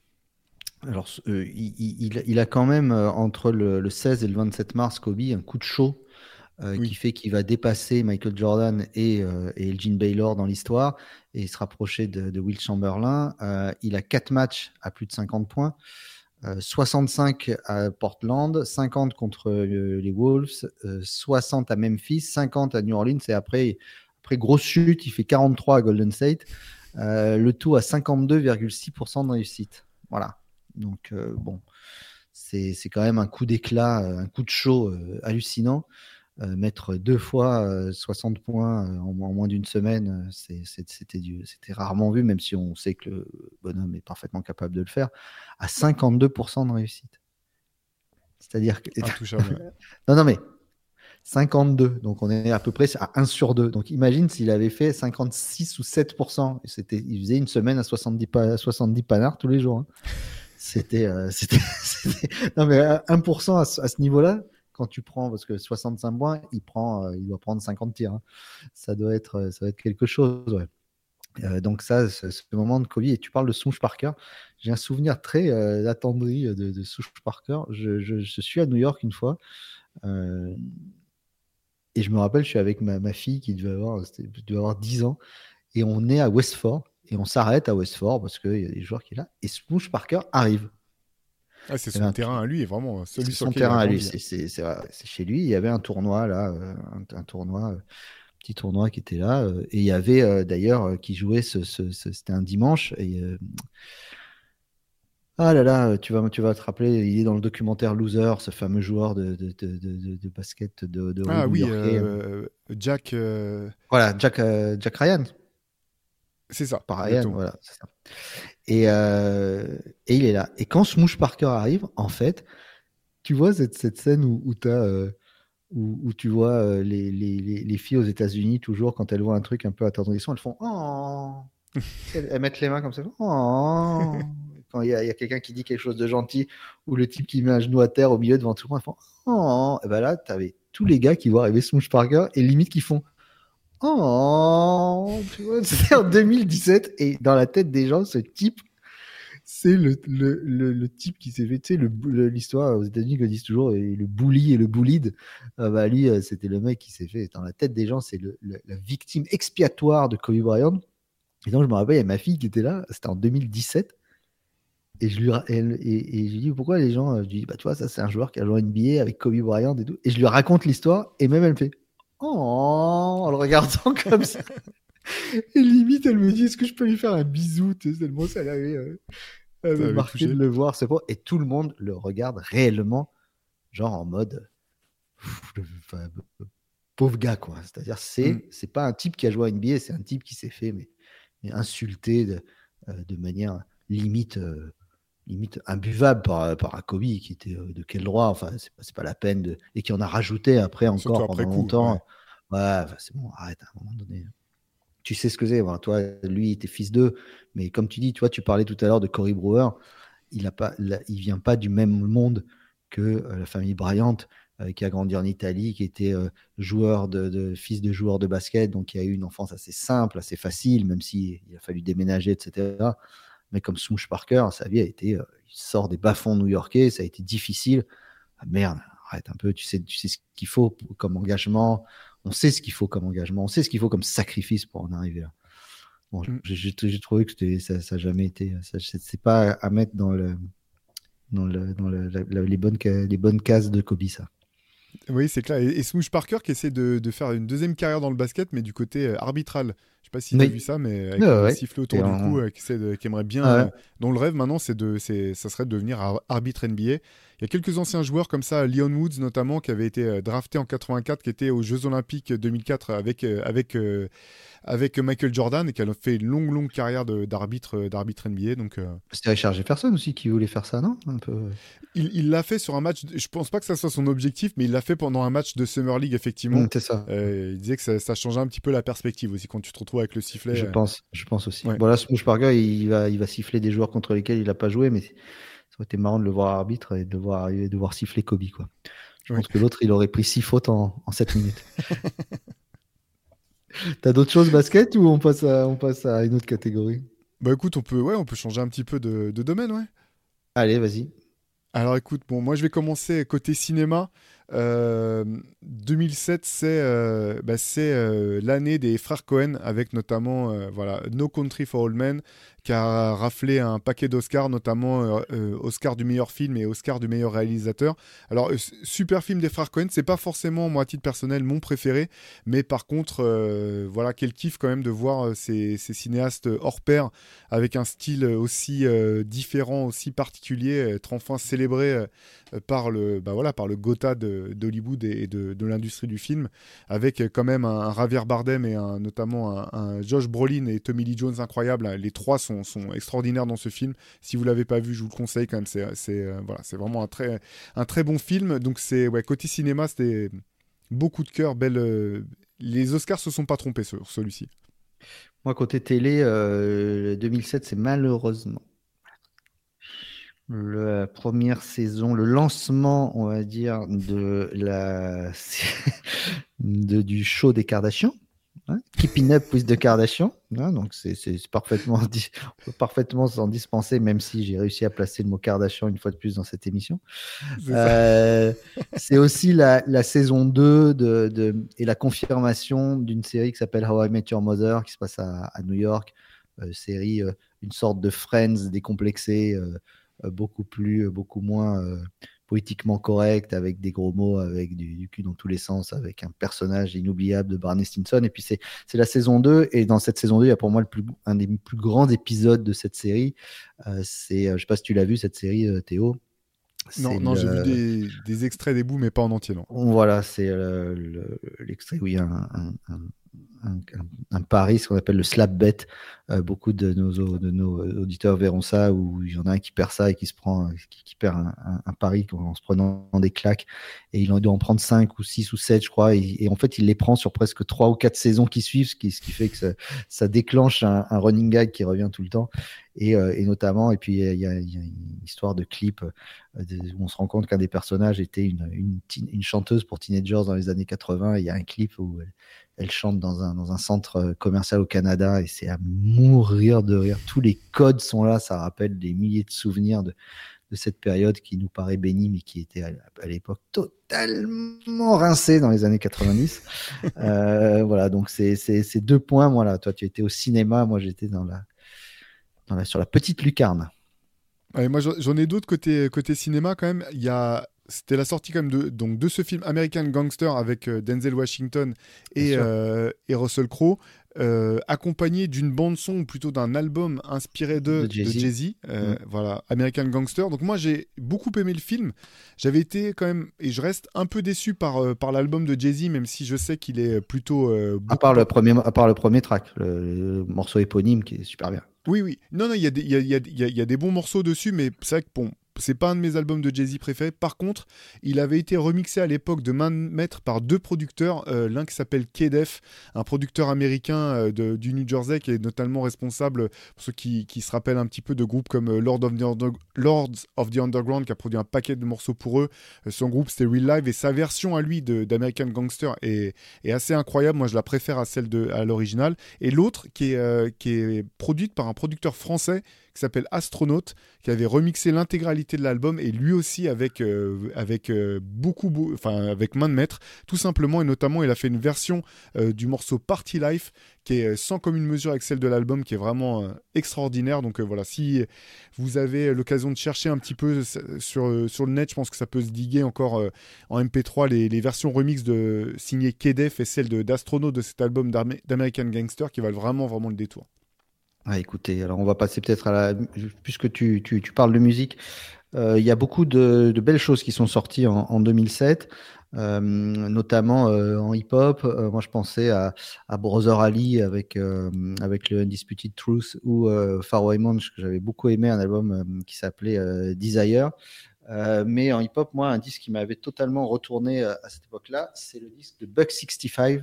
Alors, euh, il, il- il a quand même, euh, entre le, le seize et le vingt-sept mars, Kobe, un coup de chaud euh, qui Oui, fait qu'il va dépasser Michael Jordan et, euh, et Elgin Baylor dans l'histoire et se rapprocher de, de Wilt Chamberlain. Euh, il a quatre matchs à plus de cinquante points, euh, soixante-cinq à Portland, cinquante contre euh, les Wolves, euh, soixante à Memphis, cinquante à New Orleans, et après, après grosse chute, il fait quarante-trois à Golden State, euh, le tout à cinquante-deux virgule six pour cent de réussite. Voilà. Donc, euh, bon, c'est c'est quand même un coup d'éclat, euh, un coup de chaud euh, hallucinant. Euh, mettre deux fois euh, soixante points euh, en, en moins d'une semaine, euh, c'est- c'est- c'était du- c'était rarement vu, même si on sait que le bonhomme est parfaitement capable de le faire, à cinquante-deux pour cent de réussite. C'est-à-dire que... intouchable. Ouais. Non, non, mais cinquante-deux, donc on est à peu près à un sur deux. Donc imagine s'il avait fait cinquante-six ou sept pour cent. C'était, il faisait une semaine à soixante-dix, pa- soixante-dix panards tous les jours, hein. C'était, euh, c'était, c'était- Non, mais euh, un pour cent à, ce à ce niveau-là, quand tu prends, parce que soixante-cinq points, il, prend, euh, il doit prendre cinquante tirs, hein. Ça doit être, euh, ça doit être quelque chose, ouais. Euh, donc ça, ce, ce moment de Kobe, et tu parles de Souche Parker, j'ai un souvenir très euh, attendri de, de Souche Parker. Je, je, je suis à New York une fois, euh, Et je me rappelle, je suis avec ma, ma fille qui devait avoir, devait avoir dix ans, et on est à Westford, et on s'arrête à Westford parce qu'il y a des joueurs qui sont là, et Smoosh Parker arrive. Ah, c'est son terrain à lui, vraiment celui c'est sur son lequel il a terrain à lui, grandi. c'est, c'est, c'est, c'est chez lui. Il y avait un tournoi là, euh, un, un tournoi, euh, petit tournoi qui était là, euh, et il y avait euh, d'ailleurs euh, qui jouait, ce, ce, ce, c'était un dimanche. Et, euh, ah là là, tu vas, tu vas te rappeler, il est dans le documentaire Loser, ce fameux joueur de, de, de, de, de basket de, de rue Ah oui, new-yorkais. euh, Jack. Euh... Voilà, Jack, euh, Jack Ryan. C'est ça. Pas Ryan, Exactement. voilà, c'est ça. Et, euh, et il est là. Et quand Smoosh Parker arrive, en fait, tu vois cette, cette scène où, où tu as. Euh, Où, où tu vois euh, les, les, les, les filles aux États-Unis, toujours, quand elles voient un truc un peu attendrissant, elles font oh. elles, elles mettent les mains comme ça. Oh. Quand il y a, y a quelqu'un qui dit quelque chose de gentil, ou le type qui met un genou à terre au milieu devant tout le monde, elles font oh. Et ben là, tu avais tous les gars qui voient arriver Smoosh Parker et limite qui font oh. Tu vois, c'était en deux mille dix-sept, et dans la tête des gens, ce type, c'est le, le, le, le type qui s'est fait, tu sais, le, le, l'histoire aux États-Unis, ils disent toujours, et le bully et le bullied. Euh, bah, lui, euh, c'était le mec qui s'est fait, dans la tête des gens, c'est le, le, la victime expiatoire de Kobe Bryant. Et donc, je me rappelle, il y a ma fille qui était là, c'était en deux mille dix-sept. Et je lui elle, et, et je lui dis pourquoi les gens, je lui dis bah tu vois, ça c'est un joueur qui a joué en N B A avec Kobe Bryant et tout. Et je lui raconte l'histoire, et même elle me fait oh en le regardant comme ça. Et limite, elle me dit est-ce que je peux lui faire un bisou, tu sais, tellement ça l'avait. Euh... Ça avait marqué de le voir, c'est pas. Et tout le monde le regarde réellement, genre en mode pff, le, enfin, pauvre gars, quoi. C'est-à-dire, c'est mm. c'est pas un type qui a joué à N B A, c'est un type qui s'est fait mais, mais insulter de, euh, de manière limite, euh, limite imbuvable par, par un Kobe qui était euh, de quel droit. Enfin, c'est pas, c'est pas la peine de. Et qui en a rajouté après encore Surtout pendant après coup, longtemps. Ouais, ouais enfin, c'est bon, arrête à un moment donné. Tu sais ce que c'est. Bon, toi, lui, il était fils d'eux. Mais comme tu dis, toi, tu parlais tout à l'heure de Corey Brewer. Il a pas, il vient pas du même monde que euh, la famille Bryant, euh, qui a grandi en Italie, qui était euh, joueur de, de fils de joueur de basket, donc qui a eu une enfance assez simple, assez facile, même si il a fallu déménager, et cetera. Mais comme Smoosh Parker, sa vie a été, euh, il sort des bas-fonds new-yorkais, ça a été difficile. Ah, merde, arrête un peu. Tu sais, tu sais ce qu'il faut comme engagement. On sait ce qu'il faut comme engagement. On sait ce qu'il faut comme sacrifice pour en arriver là. Bon, mm. j'ai, j'ai trouvé que c'était, ça n'a jamais été. Ça, c'est pas à mettre dans, le, dans, le, dans le, la, les, bonnes, les bonnes cases de Kobe, ça. Oui, c'est clair. Et, et Smoosh Parker qui essaie de, de faire une deuxième carrière dans le basket, mais du côté euh, arbitral. Je sais pas si tu as vu ça, mais avec ah, le ouais. sifflet autour et du en... cou, euh, qui, essaie de, qui aimerait bien. Ah, ouais. euh, dont le rêve maintenant, c'est de, c'est, ça serait de devenir arbitre N B A. Il y a quelques anciens joueurs comme ça, Leon Woods notamment, qui avait été drafté en quatre-vingt-quatre, qui était aux Jeux Olympiques deux mille quatre avec, avec, euh, avec Michael Jordan et qui a fait une longue, longue carrière de, d'arbitre, d'arbitre N B A. Donc, euh... C'était Richard Jefferson aussi qui voulait faire ça, non un peu... Il, il l'a fait sur un match, je pense pas que ça soit son objectif, mais il l'a fait pendant un match de Summer League, effectivement. Mmh, c'est ça. Euh, il disait que ça, ça changeait un petit peu la perspective aussi quand tu te retrouves avec le sifflet. Je euh... pense, je pense aussi. Ouais. Bon, là, Smoosh Parker, il va, il va siffler des joueurs contre lesquels il n'a pas joué, mais ça aurait été marrant de le voir arbitre et de voir arriver, de voir siffler Kobe, quoi. Je ouais. pense que l'autre, il aurait pris six fautes en, en sept minutes. T'as d'autres choses basket ou on passe à, on passe à une autre catégorie? Bah écoute, on peut, ouais, on peut changer un petit peu de, de domaine, ouais. Allez, vas-y. Alors écoute, bon, moi je vais commencer côté cinéma. Euh, deux mille sept, c'est, euh, bah, c'est euh, l'année des frères Cohen, avec notamment euh, voilà, No Country for Old Men, qui a raflé un paquet d'Oscars, notamment euh, euh, Oscar du meilleur film et Oscar du meilleur réalisateur. Alors, euh, super film des frères Cohen, c'est pas forcément, moi à titre personnel, mon préféré, mais par contre, euh, voilà, quel kiff quand même de voir euh, ces, ces cinéastes hors pair, avec un style aussi euh, différent, aussi particulier, être enfin célébré euh, par le, bah, voilà, par le Gotha de, d'Hollywood et de, de l'industrie du film, avec quand même un, un Javier Bardem et un, notamment un, un Josh Brolin et Tommy Lee Jones incroyables. Les trois sont, sont extraordinaires dans ce film. Si vous l'avez pas vu, je vous le conseille quand même. C'est, c'est, euh, voilà, c'est vraiment un très, un très bon film. Donc c'est, ouais, côté cinéma, c'était beaucoup de cœur. Belle, euh, les Oscars se sont pas trompés sur celui-ci. Moi, côté télé, euh, deux mille sept, c'est malheureusement la première saison, le lancement, on va dire, de la de, du show des Kardashians. Hein, Keeping Up with the Kardashians. Hein, donc c'est, c'est parfaitement, on peut parfaitement s'en dispenser, même si j'ai réussi à placer le mot Kardashian une fois de plus dans cette émission. C'est ça. Euh, c'est aussi la, la saison deux de, de, et la confirmation d'une série qui s'appelle How I Met Your Mother, qui se passe à, à New York. Euh, série, euh, une sorte de Friends décomplexée, euh, euh, beaucoup plus, euh, beaucoup moins euh, poétiquement correcte, avec des gros mots, avec du, du cul dans tous les sens, avec un personnage inoubliable de Barney Stinson. Et puis c'est, c'est la saison deux, et dans cette saison deux, il y a pour moi le plus, un des plus grands épisodes de cette série. Euh, c'est, euh, je ne sais pas si tu l'as vu, cette série, euh, Théo. Non, C'est non, j'ai vu le... des, des extraits des bouts, mais pas en entier, non. Voilà, c'est euh, le- l'extrait où il y a un, un, un, un, un pari, ce qu'on appelle le slap bet. Euh, beaucoup de nos, de nos auditeurs verront ça, où il y en a un qui perd ça et qui se prend, qui, qui perd un, un, un pari en se prenant des claques, et il en doit en prendre cinq ou six ou sept, je crois, et, et en fait il les prend sur presque trois ou quatre saisons qui suivent, ce qui, ce qui fait que ça, ça déclenche un, un running gag qui revient tout le temps, et, euh, et notamment, et puis il y, y, a une histoire de clip euh, de, où on se rend compte qu'un des personnages était une, une, une chanteuse pour teenagers dans les années quatre-vingts, et il y a un clip où elle, elle chante dans un, dans un centre commercial au Canada, et c'est à mourir de rire. Tous les codes sont là, ça rappelle des milliers de souvenirs de, de cette période qui nous paraît bénie, mais qui était à, à l'époque totalement rincée dans les années quatre-vingt-dix. euh, voilà, donc c'est, c'est, c'est deux points. Moi, là, toi, tu étais au cinéma, moi, j'étais dans la, dans la, sur la petite lucarne. Ouais, moi, j'en ai d'autres côté, côté cinéma quand même. Il y a... C'était la sortie quand même de, donc, de ce film American Gangster avec euh, Denzel Washington et, euh, et Russell Crowe, euh, accompagné d'une bande-son, ou plutôt d'un album inspiré de, De Jay-Z. de Jay-Z. Euh, mm. Voilà, American Gangster. Donc moi, j'ai beaucoup aimé le film. J'avais été quand même, et je reste un peu déçu par, euh, par l'album de Jay-Z, même si je sais qu'il est plutôt... Euh, à, part le premier, à part le premier track, le, le morceau éponyme qui est super bien. Oui, oui. Non, non, il y, y, y, y, y a des bons morceaux dessus, mais c'est vrai que bon, c'est pas un de mes albums de Jay-Z préférés. Par contre, il avait été remixé à l'époque de main de maître par deux producteurs. Euh, l'un qui s'appelle K-Def, un producteur américain euh, de, du New Jersey, qui est notamment responsable, pour ceux qui, qui se rappellent un petit peu, de groupes comme euh, Lord of the Under- Lords of the Underground, qui a produit un paquet de morceaux pour eux. Euh, son groupe, c'était Real Live, et sa version à lui de, d'American Gangster est, est assez incroyable. Moi, je la préfère à celle de, à l'original. Et l'autre, qui est, euh, qui est produite par un producteur français qui s'appelle Astronaut, qui avait remixé l'intégralité de l'album, et lui aussi avec, euh, avec euh, beaucoup, enfin avec main de maître, tout simplement, et notamment il a fait une version euh, du morceau Party Life qui est sans commune mesure avec celle de l'album, qui est vraiment euh, extraordinaire. Donc euh, voilà, si vous avez l'occasion de chercher un petit peu sur, sur le net, je pense que ça peut se diguer encore euh, en M P trois les, les versions remix de signées K-Def et celle de, d'Astronaut de cet album d'American Gangster, qui valent vraiment vraiment le détour. Ah, écoutez, alors on va passer peut-être à la... Puisque tu, tu, tu parles de musique, euh, il y a beaucoup de, de belles choses qui sont sorties en, en deux mille sept, euh, notamment euh, en hip-hop. Euh, moi, je pensais à, à Brother Ali avec, euh, avec le Undisputed Truth, ou euh, Pharoah Monch, que j'avais beaucoup aimé, un album euh, qui s'appelait euh, Desire. Euh, mais en hip-hop, moi, un disque qui m'avait totalement retourné euh, à cette époque-là, c'est le disque de Buck sixty-five,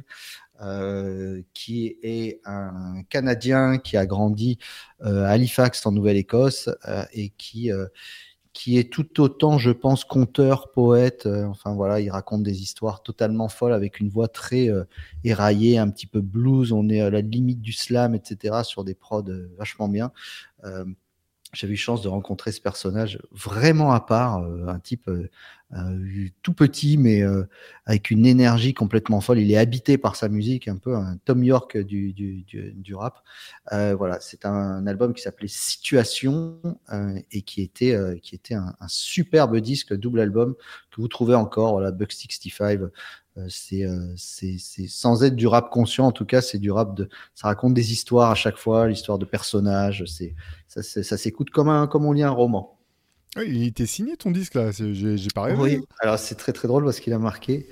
euh, qui est un Canadien qui a grandi euh, à Halifax, en Nouvelle-Écosse, euh, et qui, euh, qui est tout autant, je pense, conteur, poète. Euh, enfin voilà, il raconte des histoires totalement folles avec une voix très euh, éraillée, un petit peu blues. On est à la limite du slam, et cetera, sur des prods euh, vachement bien. Euh, J'avais eu chance de rencontrer ce personnage vraiment à part, euh, un type euh, euh, tout petit, mais euh, avec une énergie complètement folle. Il est habité par sa musique, un peu un Tom York du, du, du, du rap. Euh, voilà, c'est un, un album qui s'appelait Situation, euh, et qui était, euh, qui était un, un superbe disque, double album, que vous trouvez encore. Voilà, Buck sixty-five. Euh, c'est, euh, c'est, c'est sans être du rap conscient, en tout cas, c'est du rap de. Ça raconte des histoires à chaque fois, l'histoire de personnages. C'est, ça, c'est, ça s'écoute comme un, comme on lit un roman. Oui, il était signé ton disque là, j'ai, j'ai pas rêvé. Oui, hein. alors c'est très très drôle parce qu'il a marqué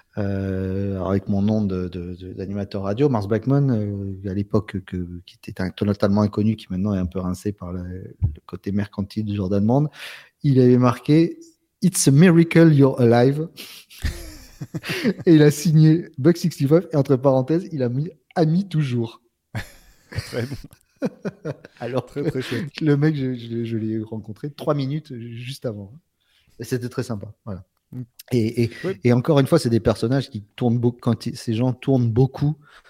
euh, alors avec mon nom de, de, de, d'animateur radio, Mars Blackmon, euh, à l'époque que, qui était un, totalement inconnu, qui maintenant est un peu rincé par le, le côté mercantile de Jordan Band. Il avait marqué It's a miracle you're alive. Et il a signé Buck sixty-five, et entre parenthèses, il a mis ami toujours. Très bon. Alors, très, très chouette. Le mec, je, je, je l'ai rencontré trois minutes juste avant. Et c'était très sympa. Voilà. Mm. Et, et, ouais. et encore une fois, c'est des personnages qui tournent beaucoup. Quand ces gens tournent beaucoup,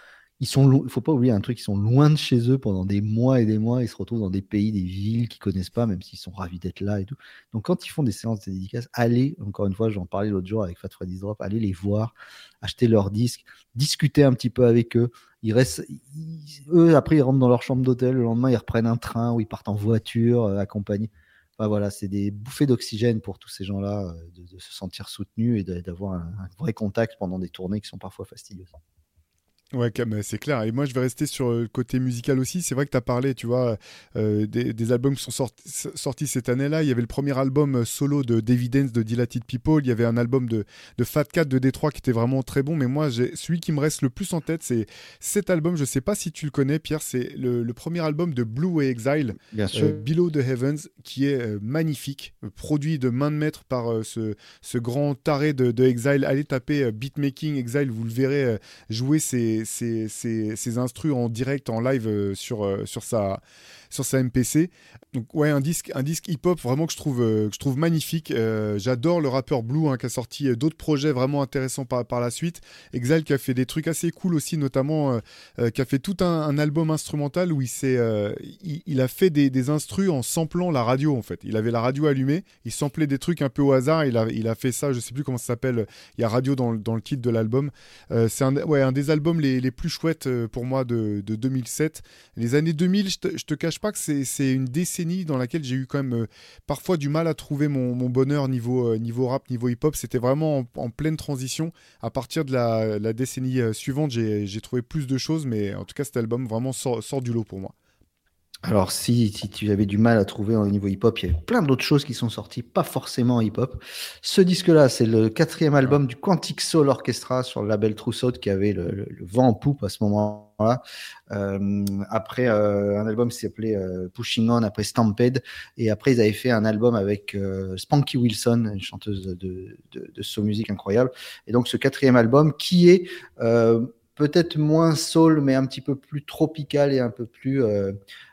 ils sont, lo- il faut pas oublier un truc, ils sont loin de chez eux pendant des mois et des mois. Ils se retrouvent dans des pays, des villes qu'ils connaissent pas, même s'ils sont ravis d'être là et tout. Donc, quand ils font des séances de dédicaces, allez, encore une fois, j'en parlais l'autre jour avec Fat Freddy's Drop, allez les voir, acheter leurs disques, discuter un petit peu avec eux. Ils restent, ils- eux, après, ils rentrent dans leur chambre d'hôtel. Le lendemain, ils reprennent un train ou ils partent en voiture, euh, accompagnés. Enfin, voilà, c'est des bouffées d'oxygène pour tous ces gens-là, euh, de, de se sentir soutenus et de- d'avoir un, un vrai contact pendant des tournées qui sont parfois fastidieuses. Ouais, Cam, c'est clair. Et moi, je vais rester sur le côté musical aussi. C'est vrai que tu as parlé, tu vois, euh, des, des albums qui sont sorti- sortis cette année-là. Il y avait le premier album euh, solo de Davidance de Dilated People. Il y avait un album de, de Fat Cat de Détroit qui était vraiment très bon. Mais moi, j'ai, celui qui me reste le plus en tête, c'est cet album. Je sais pas si tu le connais, Pierre. C'est le, le premier album de Blue et Exile, Bien euh, sûr. Below the Heavens, qui est euh, magnifique, euh, produit de main de maître par euh, ce, ce grand taré de, de Exile. Allez taper euh, Beatmaking Exile, vous le verrez euh, jouer ses, ses, ses, ses instrus en direct, en live euh, sur, euh, sur, sa, sur sa M P C. Donc ouais, un disque, un disque hip-hop vraiment que je trouve, euh, que je trouve magnifique. Euh, j'adore le rappeur Blue hein, qui a sorti euh, d'autres projets vraiment intéressants par, par la suite. Exile qui a fait des trucs assez cool aussi, notamment euh, euh, qui a fait tout un, un album instrumental où il, s'est, euh, il, il a fait des, des instrus en samplant la radio en fait. Il avait la radio allumée, il samplait des trucs un peu au hasard, il a, il a fait ça, je sais plus comment ça s'appelle, il y a radio dans, dans le titre de l'album. Euh, c'est un, ouais, un des albums les, les plus chouettes euh, pour moi de, de deux mille sept. Les années deux mille, je te, je te cache pas que c'est, c'est une décennie dans laquelle j'ai eu quand même euh, parfois du mal à trouver mon, mon bonheur niveau, euh, niveau rap, niveau hip-hop. C'était vraiment en, en pleine transition. À partir de la, la décennie euh, suivante, j'ai, j'ai trouvé plus de choses, mais en tout cas, cet album vraiment sort, sort du lot pour moi. Alors, si, si tu avais du mal à trouver au niveau hip-hop, il y avait plein d'autres choses qui sont sorties, pas forcément hip-hop. Ce disque-là, c'est le quatrième Ah. album du Quantic Soul Orchestra sur le label True South qui avait le, le- le vent en poupe à ce moment-là. Euh, après, euh, un album qui s'appelait euh, Pushing On, après Stampede. Et après, ils avaient fait un album avec euh, Spanky Wilson, une chanteuse de, de, de soul music incroyable. Et donc, ce quatrième album qui est euh, peut-être moins soul, mais un petit peu plus tropical et un peu plus... Euh,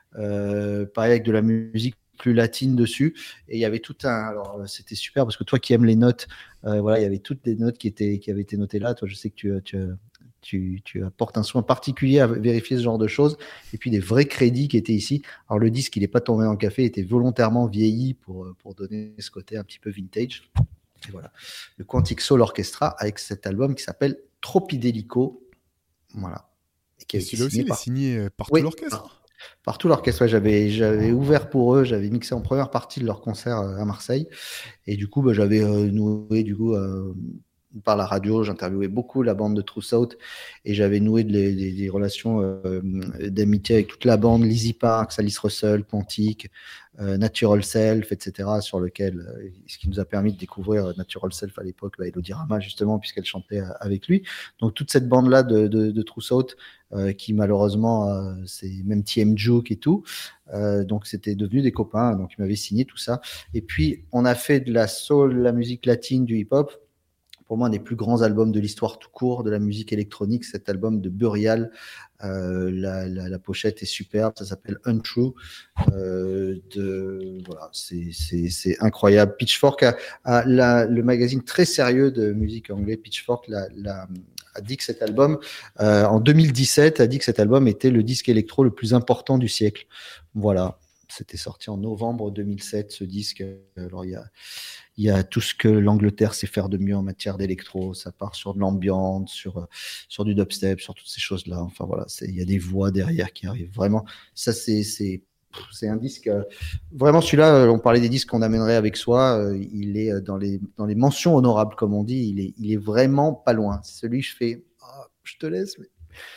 euh, pareil avec de la musique plus latine dessus. Et il y avait tout un. Alors, c'était super parce que toi qui aimes les notes, euh, voilà, il y avait toutes les notes qui, étaient, qui avaient été notées là. Toi, je sais que tu, tu, tu, tu apportes un soin particulier à vérifier ce genre de choses. Et puis des vrais crédits qui étaient ici. Alors, le disque, il n'est pas tombé dans le café, il était volontairement vieilli pour, pour donner ce côté un petit peu vintage. Et voilà. Le Quantic Soul Orchestra avec cet album qui s'appelle Tropidelico. Voilà. Et qui Et a été celui-là aussi, signé il est par. signé euh, par tout Oui, l'orchestre. partout l'orchestre. Ouais, j'avais, j'avais ouvert pour eux, j'avais mixé en première partie de leur concert euh, à Marseille. Et du coup, bah, j'avais euh, noué du coup, euh, par la radio, j'interviewais beaucoup la bande de True South et j'avais noué des, des, des relations euh, d'amitié avec toute la bande, Lizzy Parks, Alice Russell, Quantic, euh, Natural Self, et cetera. Sur lequel, euh, ce qui nous a permis de découvrir Natural Self à l'époque, bah, Elodie Rama justement, puisqu'elle chantait avec lui. Donc toute cette bande-là de, de, de True South, euh, qui malheureusement, euh, c'est même T M Juke et tout. Euh, donc c'était devenu des copains, donc ils m'avaient signé tout ça. Et puis on a fait de la soul, la musique latine, du hip-hop. Pour moi, un des plus grands albums de l'histoire tout court de la musique électronique, cet album de Burial. Euh, la, la, la pochette est superbe, ça s'appelle Untrue. Euh, de, voilà, c'est, c'est, c'est incroyable. Pitchfork a, a la, le magazine très sérieux de musique anglais, Pitchfork, la, la, a dit que cet album, euh, en deux mille dix-sept, a dit que cet album était le disque électro le plus important du siècle. Voilà. C'était sorti en novembre deux mille sept, ce disque. Alors, il y a, il y a tout ce que l'Angleterre sait faire de mieux en matière d'électro. Ça part sur de l'ambiance, sur, sur du dubstep, sur toutes ces choses-là. Enfin, voilà, c'est, il y a des voix derrière qui arrivent. Vraiment, ça, c'est, c'est, c'est un disque. Euh, vraiment, celui-là, on parlait des disques qu'on amènerait avec soi. Euh, il est dans les, dans les mentions honorables, comme on dit. Il est, il est vraiment pas loin. C'est celui que je fais. Oh, je te laisse, mais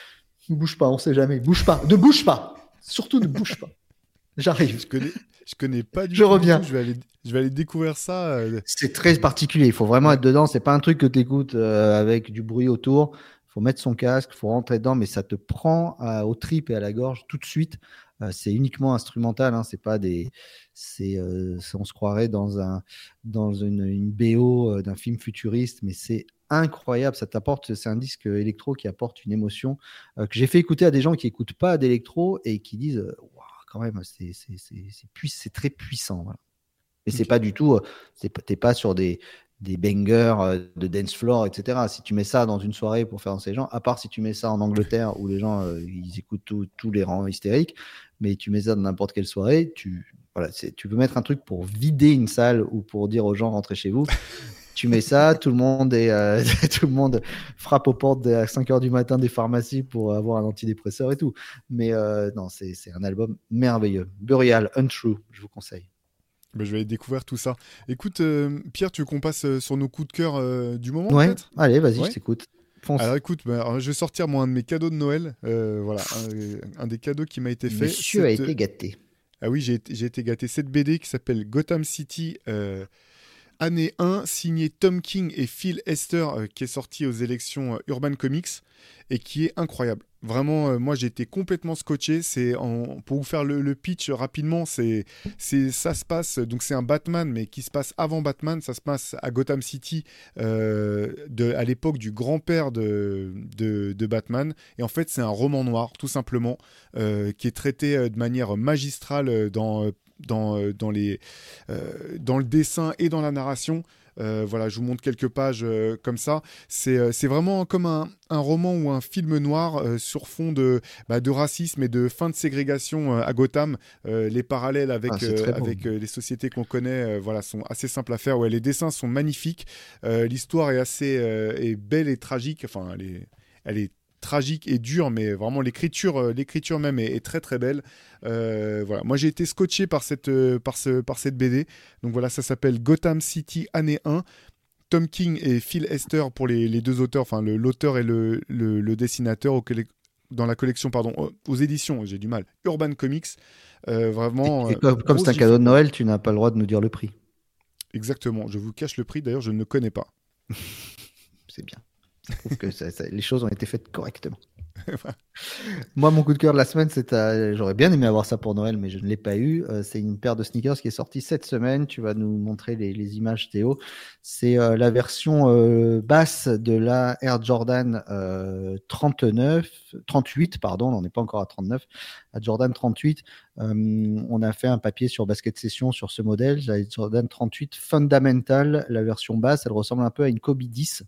ne bouge pas, on sait jamais. Bouge pas, ne bouge pas. Surtout ne bouge pas. J'arrive. Je connais, je connais pas du Je tout, du reviens. tout. Je vais aller, je vais aller découvrir ça. euh. C'est très particulier. Il faut vraiment Ouais. être dedans. C'est pas un truc que tu écoutes euh, avec du bruit autour. Il faut mettre son casque, il faut rentrer dedans, mais ça te prend euh, aux tripes et à la gorge tout de suite. Euh, c'est uniquement instrumental. Hein, c'est pas des. C'est, euh, c'est- on se croirait dans un dans une, une B O euh, d'un film futuriste, mais c'est incroyable. Ça t'apporte. C'est un disque électro qui apporte une émotion euh, que j'ai fait écouter à des gens qui écoutent pas d'électro et qui disent, euh, Waouh, quand même, c'est c'est c'est c'est, pui- c'est très puissant. Voilà. Et c'est Ok. pas du tout, euh, c'est, t'es pas sur des, des bangers euh, de dance floor, et cetera. Si tu mets ça dans une soirée pour faire danser les gens, à part si tu mets ça en Angleterre où les gens euh, ils écoutent tous les rangs hystériques, mais tu mets ça dans n'importe quelle soirée, tu voilà, c'est, tu veux mettre un truc pour vider une salle ou pour dire aux gens rentrez chez vous. Tu mets ça, tout le monde est, euh, tout le monde frappe aux portes à cinq heures du matin des pharmacies pour avoir un antidépresseur et tout. Mais euh, non, c'est, c'est un album merveilleux. Burial, Untrue, je vous conseille. Ben, je vais aller découvrir tout ça. Écoute, euh, Pierre, tu veux qu'on passe euh, sur nos coups de cœur euh, du moment, ouais. peut-être ? Allez, vas-y, ouais. je t'écoute. Fonce. Alors écoute, ben, alors, je vais sortir moi un de mes cadeaux de Noël. Euh, voilà, un, un des cadeaux qui m'a été fait. Monsieur cette... a été gâté. Ah oui, j'ai, j'ai été gâté. Cette B D qui s'appelle Gotham City... Euh... Année un, signé Tom King et Phil Hester, euh, qui est sorti aux élections euh, Urban Comics et qui est incroyable. Vraiment, euh, moi j'ai été complètement scotché. C'est en, pour vous faire le, le pitch rapidement, c'est, c'est, ça se passe, donc c'est un Batman, mais qui se passe avant Batman. Ça se passe à Gotham City, euh, de, à l'époque du grand-père de, de, de Batman. Et en fait, c'est un roman noir, tout simplement, euh, qui est traité euh, de manière magistrale dans... Euh, Dans, euh, dans, les, euh, dans le dessin et dans la narration. Euh, voilà, je vous montre quelques pages euh, comme ça. C'est, euh, c'est vraiment comme un, un roman ou un film noir euh, sur fond de, bah, de racisme et de fin de ségrégation euh, à Gotham. Euh, les parallèles avec, ah, euh, avec euh, les sociétés qu'on connaît euh, voilà, sont assez simples à faire. Ouais, les dessins sont magnifiques. Euh, l'histoire est assez euh, est belle et tragique. Enfin, elle est, elle est tragique et dur, mais vraiment l'écriture, euh, l'écriture même est, est très très belle. Euh, voilà, moi j'ai été scotché par cette, euh, par ce, par cette B D. Donc voilà, ça s'appelle Gotham City année un. Tom King et Phil Hester pour les, les deux auteurs, enfin le, l'auteur et le, le, le dessinateur au, dans la collection, pardon, aux éditions, j'ai du mal, Urban Comics. Euh, vraiment. Et, et comme, comme c'est un cadeau de Noël, tu n'as pas le droit de nous dire le prix. Exactement, je vous cache le prix, d'ailleurs je ne le connais pas. C'est bien. Je trouve que ça, ça, les choses ont été faites correctement. Moi, mon coup de cœur de la semaine, c'est à... j'aurais bien aimé avoir ça pour Noël, mais je ne l'ai pas eu. Euh, c'est une paire de sneakers qui est sortie cette semaine. Tu vas nous montrer les, les images, Théo. C'est euh, la version euh, basse de la Air Jordan euh, trente-neuf, trente-huit, pardon. On n'est pas encore à trente-neuf. La Jordan trente-huit. Euh, on a fait un papier sur Basket Session sur ce modèle. La Jordan trente-huit Fundamental, la version basse, elle ressemble un peu à une Kobe dix.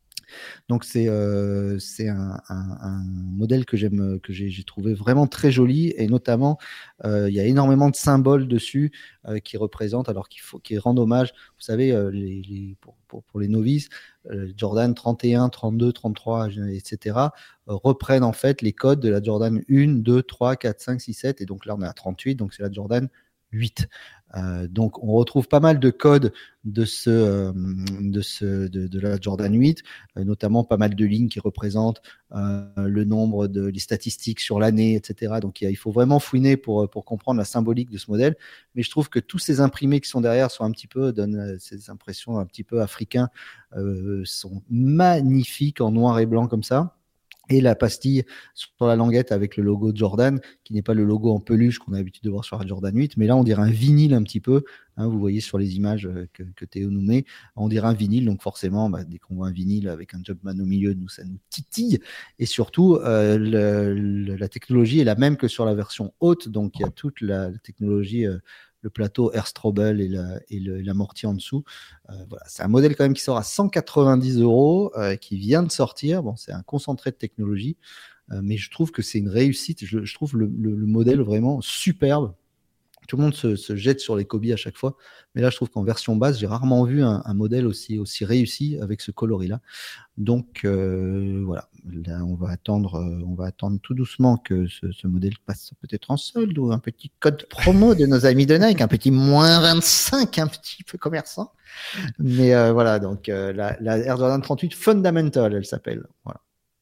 Donc c'est euh, c'est un, un, un modèle que j'aime, que j'ai, j'ai trouvé vraiment très joli, et notamment euh, il y a énormément de symboles dessus euh, qui représentent, alors qu'il faut, qui rendent hommage. Vous savez, euh, les, les, pour, pour, pour les novices, euh, Jordan trente et un, trente-deux, trente-trois, et cetera euh, reprennent en fait les codes de la Jordan un, deux, trois, quatre, cinq, six, sept, et donc là on est à trente-huit, donc c'est la Jordan huit. Euh, donc on retrouve pas mal de codes de ce euh, de ce de, de la Jordan huit, euh, notamment pas mal de lignes qui représentent euh, le nombre de les statistiques sur l'année, et cetera. Donc il, il faut vraiment fouiner pour pour comprendre la symbolique de ce modèle. Mais je trouve que tous ces imprimés qui sont derrière sont un petit peu donnent ces impressions un petit peu africains, euh, sont magnifiques en noir et blanc comme ça. Et la pastille sur la languette avec le logo de Jordan, qui n'est pas le logo en peluche qu'on a l'habitude de voir sur la Jordan huit, mais là on dirait un vinyle un petit peu, hein, vous voyez sur les images que, que Théo nous met, on dirait un vinyle, donc forcément bah, dès qu'on voit un vinyle avec un Jumpman au milieu, nous ça nous titille, et surtout euh, le, le, la technologie est la même que sur la version haute, donc il y a toute la, la technologie euh, le plateau Air Strobel et, la, et le, l'amorti en dessous. Euh, voilà. C'est un modèle quand même qui sort à cent quatre-vingt-dix euros, euh, qui vient de sortir. Bon, c'est un concentré de technologie, euh, mais je trouve que c'est une réussite. Je, je trouve le, le, le modèle vraiment superbe. Tout le monde se, se jette sur les Kobe à chaque fois, mais là je trouve qu'en version basse, j'ai rarement vu un, un modèle aussi, aussi réussi avec ce coloris-là. Donc euh, voilà, là on va attendre, euh, on va attendre tout doucement que ce, ce modèle passe peut-être en solde, ou un petit code promo de nos amis de Nike, un petit moins vingt-cinq, un petit peu commerçant. Mais euh, voilà, donc euh, la, la Air Jordan trente-huit Fundamental, elle s'appelle. Voilà.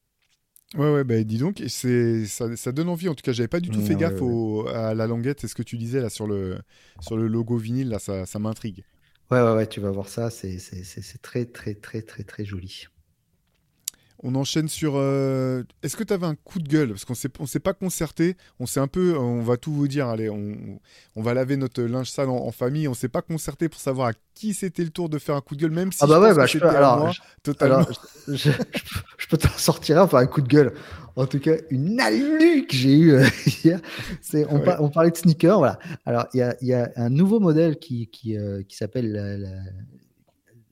Ouais, ouais, bah dis donc, c'est, ça, ça donne envie. En tout cas, j'avais pas du tout fait ouais, gaffe ouais. Au, à la languette. C'est ce que tu disais là sur le, sur le logo vinyle, là, ça, ça m'intrigue. Ouais, ouais, ouais, tu vas voir ça, c'est, c'est, c'est, c'est très, très, très, très, très joli. On enchaîne sur. Euh... Est-ce que tu avais un coup de gueule? Parce qu'on s'est, on s'est pas concerté. On s'est un peu. On va tout vous dire. Allez, on, on va laver notre linge sale en, en famille. On s'est pas concerté pour savoir à qui c'était le tour de faire un coup de gueule, même si ah bah je ouais, pense bah que je c'était peux, à alors, moi, je, totalement. alors, je, je, je, je peux t'en sortir un, enfin un coup de gueule. En tout cas, une alu que j'ai eu euh, hier. C'est, on, ouais. par, on parlait de sneakers, voilà. Alors, il y a, y a un nouveau modèle qui, qui, euh, qui s'appelle la, la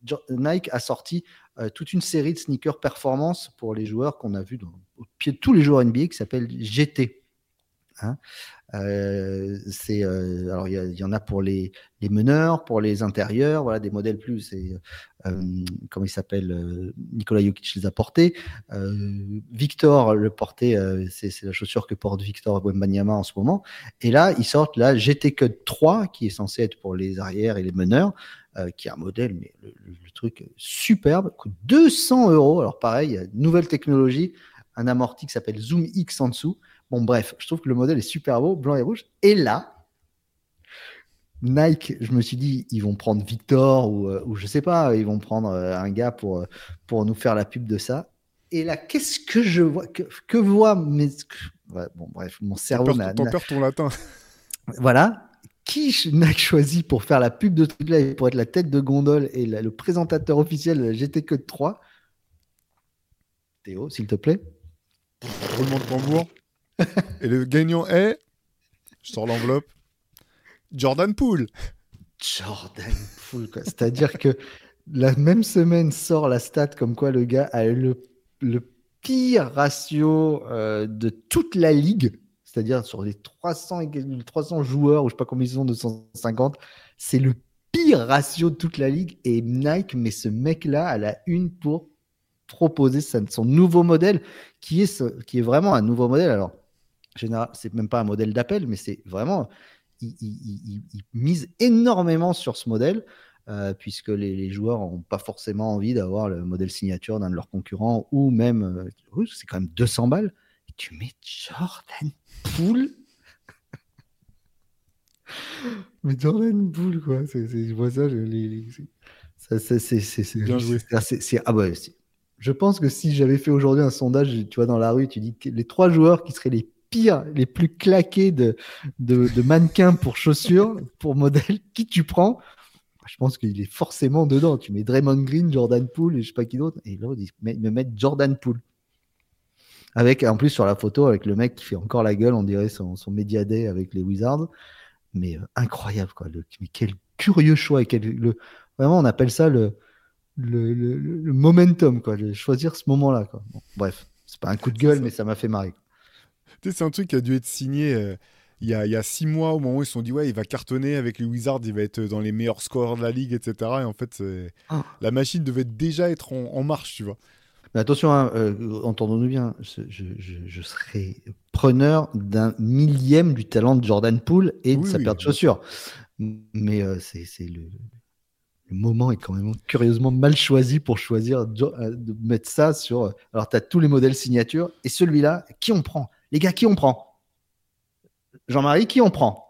Nike a sorti euh, toute une série de sneakers performance pour les joueurs qu'on a vus dans, au pied de tous les joueurs N B A qui s'appelle G T. Hein euh, c'est euh, alors il y, y en a pour les, les meneurs, pour les intérieurs, voilà des modèles plus. C'est euh, comment il s'appelle euh, Nikola Jokic les a portés. Euh, Victor le portait, euh, c'est, c'est la chaussure que porte Victor Wembanyama en ce moment. Et là ils sortent la G T Cut trois qui est censée être pour les arrières et les meneurs, euh, qui est un modèle mais le, le, le truc superbe, coûte deux cents euros. Alors pareil, il y a une nouvelle technologie, un amorti qui s'appelle Zoom X en dessous. Bon, bref, je trouve que le modèle est super beau, blanc et rouge. Et là, Nike, je me suis dit, ils vont prendre Victor ou, euh, ou je sais pas, ils vont prendre euh, un gars pour, pour nous faire la pub de ça. Et là, qu'est-ce que je vois Que, que voit mes... Ouais, bon, bref, mon cerveau... T'en perds, t'en perds ton latin. Voilà. Qui Nike choisit pour faire la pub de ce truc-là et pour être la tête de gondole et la, le présentateur officiel de la G T Cut trois? Théo, s'il te plaît. Roulement de tambour. Et le gagnant est, je sors l'enveloppe, Jordan Poole. Jordan Poole, quoi. C'est-à-dire que la même semaine sort la stat comme quoi le gars a le, le pire ratio euh, de toute la ligue, c'est-à-dire sur les trois cents, trois cents joueurs, ou je sais pas combien ils sont, deux cent cinquante, c'est le pire ratio de toute la ligue. Et Nike met ce mec-là à la une pour proposer son nouveau modèle, qui est, ce, qui est vraiment un nouveau modèle. Alors, général, c'est même pas un modèle d'appel, mais c'est vraiment, il, il, il, il mise énormément sur ce modèle, euh, puisque les, les joueurs n'ont pas forcément envie d'avoir le modèle signature d'un de leurs concurrents, ou même, euh, oui, c'est quand même deux cents balles, et tu mets Jordan Poole. Mais Jordan Poole, quoi, c'est, c'est, je vois ça, je, les, les, ça c'est, c'est, c'est, c'est, bien joué. C'est, c'est, c'est, ah bah, c'est, je pense que si j'avais fait aujourd'hui un sondage, tu vois, dans la rue, tu dis que les trois joueurs qui seraient les pires, les plus claqués de, de, de mannequins pour chaussures, pour modèle, qui tu prends? Je pense qu'il est forcément dedans. Tu mets Draymond Green, Jordan Poole et je sais pas qui d'autre. Et là, ils me mettent Jordan Poole. Avec, en plus, sur la photo, avec le mec qui fait encore la gueule, on dirait son, son Media Day avec les Wizards. Mais euh, incroyable, quoi. Le, mais quel curieux choix. Et quel, le, vraiment, on appelle ça le, le, le, le momentum, quoi. De choisir ce moment-là, quoi. Bon, bref, c'est pas un coup de gueule, mais ça m'a fait marrer. Tu sais, c'est un truc qui a dû être signé euh, il, y a, il y a six mois, au moment où ils se sont dit, ouais, il va cartonner avec les Wizards, il va être dans les meilleurs scores de la ligue, et cetera. Et en fait, c'est... Oh. La machine devait déjà être en, en marche, tu vois. Mais attention, hein, euh, entendons-nous bien, je, je, je serais preneur d'un millième du talent de Jordan Poole et oui, de sa oui, paire de chaussures. Mais euh, c'est, c'est le, le moment est quand même curieusement mal choisi pour choisir de, de mettre ça sur... Alors, tu as tous les modèles signature, et celui-là, qui on prend? Les gars, qui on prend? Jean-Marie, qui on prend?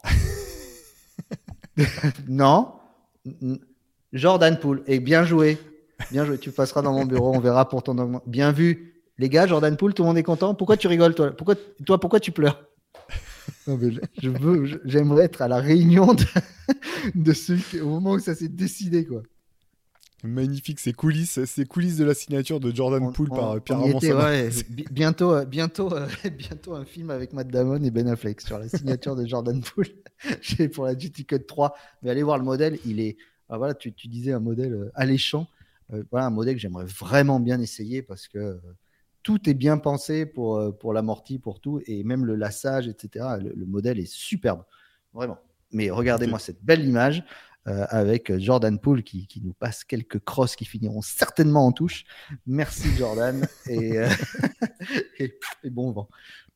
Non. Jordan Poole. Et bien joué. Bien joué. Tu passeras dans mon bureau, on verra pour ton augmentation. Bien vu. Les gars, Jordan Poole, tout le monde est content. Pourquoi tu rigoles, toi? Pourquoi, toi, pourquoi tu pleures? Non, mais je veux, je, j'aimerais être à la réunion de, de ceux qui, au moment où ça s'est décidé, quoi. Magnifique, ces coulisses, ces coulisses de la signature de Jordan Poole par Pierre Armand. Ouais, bientôt, bientôt, bientôt un film avec Matt Damon et Ben Affleck sur la signature de Jordan Poole. J'ai pour la G T Cut trois. Mais allez voir le modèle, il est. Ah, voilà, tu, tu disais un modèle alléchant. Euh, voilà un modèle que j'aimerais vraiment bien essayer parce que euh, tout est bien pensé pour, euh, pour l'amorti, pour tout, et même le lassage, et cetera. Le, le modèle est superbe, vraiment. Mais regardez-moi okay. cette belle image. Euh, avec Jordan Poole qui, qui nous passe quelques crosses qui finiront certainement en touche. Merci Jordan et, euh, et, et bon vent.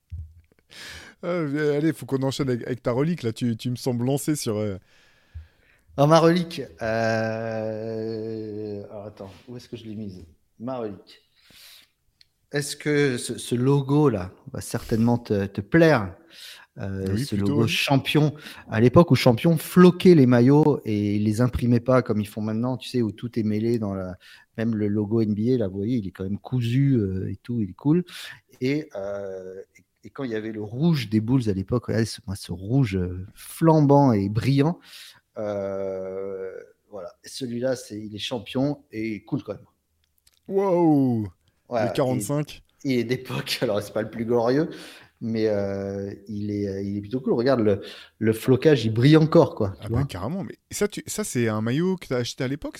Euh, allez, il faut qu'on enchaîne avec, avec ta relique. Là, tu, tu me sembles lancé sur. Euh... Alors, ma relique. Euh... Alors attends, où est-ce que je l'ai mise? Ma relique. Est-ce que ce, ce logo-là va certainement te, te plaire? Euh, oui, ce plutôt, logo oui. Champion, à l'époque où Champion floquait les maillots et les imprimait pas comme ils font maintenant, tu sais, où tout est mêlé dans la, même le logo N B A, là, vous voyez, il est quand même cousu euh, et tout, il est cool. Et, euh, et, et quand il y avait le rouge des Bulls à l'époque, ouais, ce, ce rouge flambant et brillant, euh, voilà, et celui-là, c'est, il est Champion et cool quand même. Wow, ouais, le quarante-cinq. Il est d'époque, alors c'est pas le plus glorieux, mais euh, il, est, il est plutôt cool. Regarde, le, le flocage, il brille encore, quoi. Ah bah, carrément, mais ça, tu, ça c'est un maillot que tu as acheté à l'époque, ça?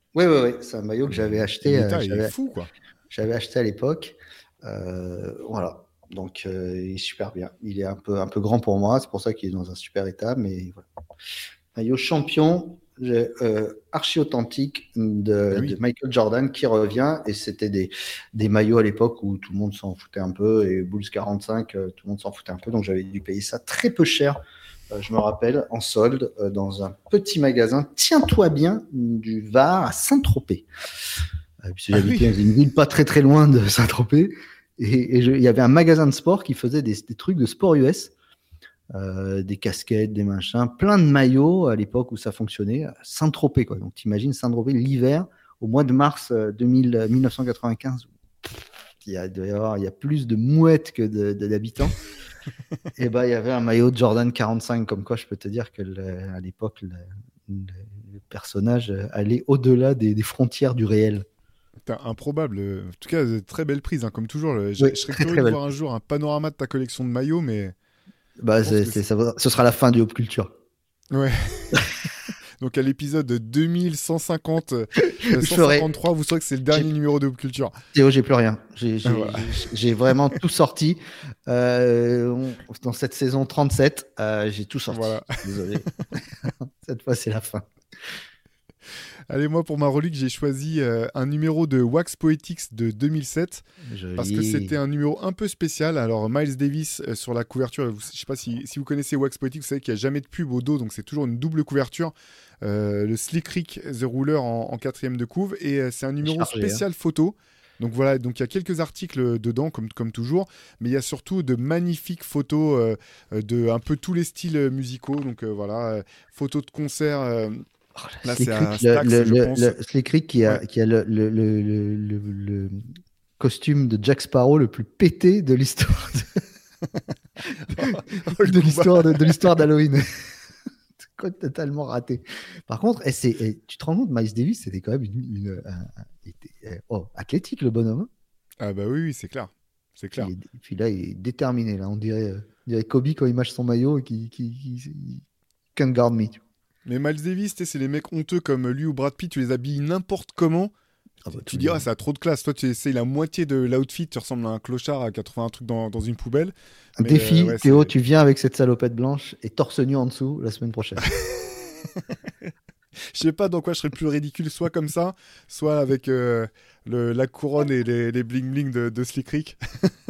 Oui, oui, oui, c'est un maillot que j'avais acheté, euh, L'état est j'avais, fou, quoi. j'avais acheté à l'époque. Euh, voilà. Donc, euh, il est super bien. Il est un peu, un peu grand pour moi, c'est pour ça qu'il est dans un super état, mais voilà. Maillot champion, euh, archi authentique Ah de, de oui. Michael Jordan qui revient. Et c'était des, des maillots à l'époque où tout le monde s'en foutait un peu. Et Bulls quarante-cinq, euh, tout le monde s'en foutait un peu. Donc j'avais dû payer ça très peu cher, euh, je me rappelle, en solde, euh, dans un petit magasin, tiens-toi bien, du Var à Saint-Tropez. Euh, puisque Ah oui. j'habitais dans une ville pas très très loin de Saint-Tropez. Et, et je, il y avait un magasin de sport qui faisait des, des trucs de sport U S. Euh, des casquettes, des machins, plein de maillots à l'époque où ça fonctionnait. Saint-Tropez, quoi. Donc, t'imagines Saint-Tropez l'hiver, au mois de mars euh, deux mille, mille neuf cent quatre-vingt-quinze, il y a, il doit y avoir, il y a plus de mouettes que de, de, d'habitants. Et ben, il y avait un maillot de Jordan quarante-cinq, comme quoi je peux te dire que le, à l'époque, le, le, le personnage allait au-delà des, des frontières du réel. Putain, improbable. En tout cas, très belle prise, hein, comme toujours. Je, je Oui, serais très curieux très de belle. voir un jour un panorama de ta collection de maillots, mais je Bah, pense c'est, que c'est, c'est... ça va, ce sera la fin du Hop Culture. Ouais. Donc à l'épisode deux mille cent cinquante, euh, Je ferai, cent cinquante-trois, vous saurez que c'est le j'ai dernier numéro de Pop Culture. Théo, j'ai plus rien. J'ai j'ai- Voilà. j'ai- j'ai vraiment tout sorti. Euh, on- dans cette saison trente-sept, euh, j'ai tout Voilà. sorti. Désolé. Cette fois, c'est la fin. Allez, moi pour ma relique, j'ai choisi euh, un numéro de Wax Poetics de deux mille sept parce que c'était Joli. un numéro un peu spécial. Alors Miles Davis euh, sur la couverture, vous- je sais pas si, si vous connaissez Wax Poetics, vous savez qu'il n'y a jamais de pub au dos, donc c'est toujours une double couverture. Euh, le Slick Rick The Ruler en, en quatrième de couve et euh, c'est un C'est numéro chargé. Hein. spécial photo. Donc voilà, donc il y a quelques articles dedans comme, comme toujours, mais il y a surtout de magnifiques photos euh, de un peu tous les styles musicaux. Donc euh, voilà, euh, photos de concert. euh, Oh, Là, c'est Slick à Rick, le, Stax, le, je le, pense. le- Slick Rick qui a, Ouais. qui a le, le, le, le, le- le costume de Jack Sparrow le plus pété de l'histoire Oh, le de coup bas. l'histoire de, de l'histoire d'Halloween. C'est totalement raté. Par contre, eh, c'est, eh, tu te rends compte, Miles Davis, c'était quand même une, une- un- un- il était, eh, oh, athlétique le bonhomme. Hein. Ah bah oui, oui, c'est clair. C'est Puis, clair. il est- puis là, il est déterminé. Là, on dirait, euh, on dirait Kobe quand il mâche son maillot et qui, qui, qui, qui can't guard me. Tu Mais Miles Davis, tu sais, c'est les mecs honteux comme lui ou Brad Pitt, tu les habilles n'importe comment. ah bah, Tu tous dis, les... ah, ça a trop de classe. Toi, tu essayes la moitié de l'outfit, tu ressembles à un clochard à quatre-vingts un truc dans, dans une poubelle. Un Mais euh, défi, ouais, Théo, c'est. tu viens avec cette salopette blanche et torse nu en dessous la semaine prochaine. Je sais pas dans quoi je serais le plus ridicule, soit comme ça, soit avec euh, le, la couronne et les, les bling-bling de, de Slick Rick.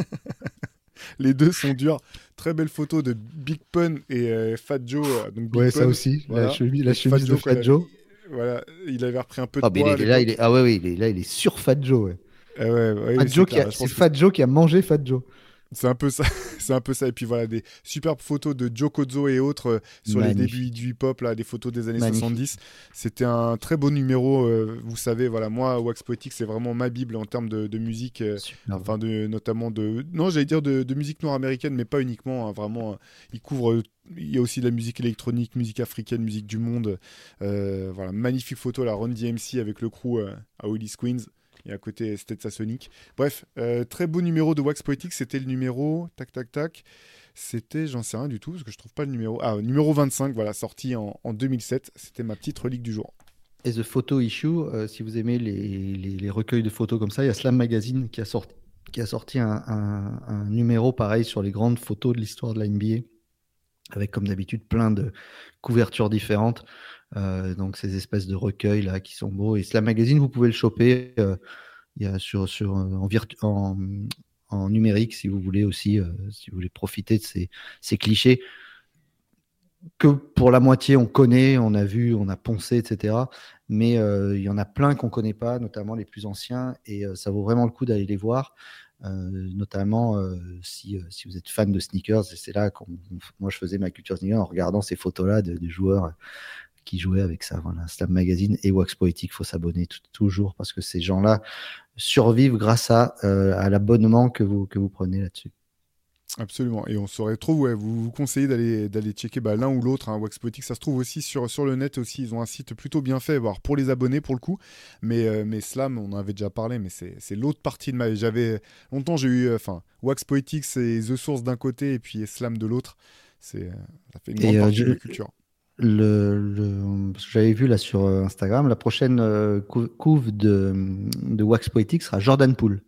Les deux sont durs. Très belle photo de Big Pun et euh, Fat Joe. euh, Donc Big Ouais, ça Pun, aussi, la voilà. chemise, la Donc Fat chemise de Joe, quand Fat il a- Joe. voilà, il avait repris un peu de Ah, mais il poids à est, là, il l'époque. est, ah ouais, ouais, il est, là, il est sur Fat Joe. Ouais. Ah ouais, ouais, Fat ouais, c'est Joe qui clair. a, Là, je c'est pense que Fat Joe qui a mangé Fat Joe. c'est un peu ça. C'est un peu ça. Et puis voilà, des superbes photos de Joe Kozo et autres euh, sur les débuts Magnifique, du hip-hop, là, des photos des années magnifique. soixante-dix. C'était un très beau numéro. euh, vous savez, voilà, moi, Wax Poetic, c'est vraiment ma bible en termes de, de musique. euh, Super. enfin, de, notamment de. Non, j'allais dire de, de musique nord-américaine, mais pas uniquement. Hein, vraiment, euh, il couvre. euh, il y a aussi de la musique électronique, musique africaine, musique du monde. Euh, voilà, magnifique photo, la Run D M C avec le crew euh, à Willis Queens. Et à côté, Stetsasonic. Bref, euh, très beau numéro de Wax Poetic. C'était le numéro. Tac, tac, tac. C'était, j'en sais rien du tout, parce que je trouve pas le numéro. Ah, numéro vingt-cinq, voilà, sorti en, en deux mille sept. C'était ma petite relique du jour. Et The Photo Issue, euh, si vous aimez les, les, les recueils de photos comme ça, il y a Slam Magazine qui a sorti, qui a sorti un, un, un numéro pareil sur les grandes photos de l'histoire de la N B A, avec comme d'habitude plein de couvertures différentes. Euh, donc ces espèces de recueils là qui sont beaux. Et Slam Magazine, vous pouvez le choper. Euh, il y a sur, sur, en, virtu en, en numérique si vous voulez aussi, euh, si vous voulez profiter de ces, ces clichés que pour la moitié on connaît, on a vu, on a poncé, et cetera. Mais euh, il y en a plein qu'on ne connaît pas, notamment les plus anciens, et euh, ça vaut vraiment le coup d'aller les voir, euh, notamment euh, si, euh, si vous êtes fan de sneakers. Et c'est là que moi je faisais ma culture sneakers en regardant ces photos-là de, de joueurs qui jouaient avec ça. Voilà, Slam Magazine et Wax Poetic, il faut s'abonner toujours parce que ces gens-là survivent grâce à, euh, à l'abonnement que vous, que vous prenez là-dessus. Absolument. Et on saurait trop, ouais, vous vous conseillez d'aller d'aller checker bah, l'un ou l'autre. Hein, Wax Poetic, ça se trouve aussi sur, sur le net aussi. Ils ont un site plutôt bien fait, voire pour les abonnés pour le coup. Mais, euh, mais Slam, on en avait déjà parlé, mais c'est, c'est l'autre partie de ma. J'avais longtemps, j'ai eu, enfin, euh, Wax Poetic, c'est The Source d'un côté et puis Slam de l'autre. C'est, ça fait une grande Et euh, partie je, de ma culture. le, le- parce que j'avais vu là sur euh, Instagram, la prochaine euh, cou- couve de, de Wax Poetic sera Jordan Poole.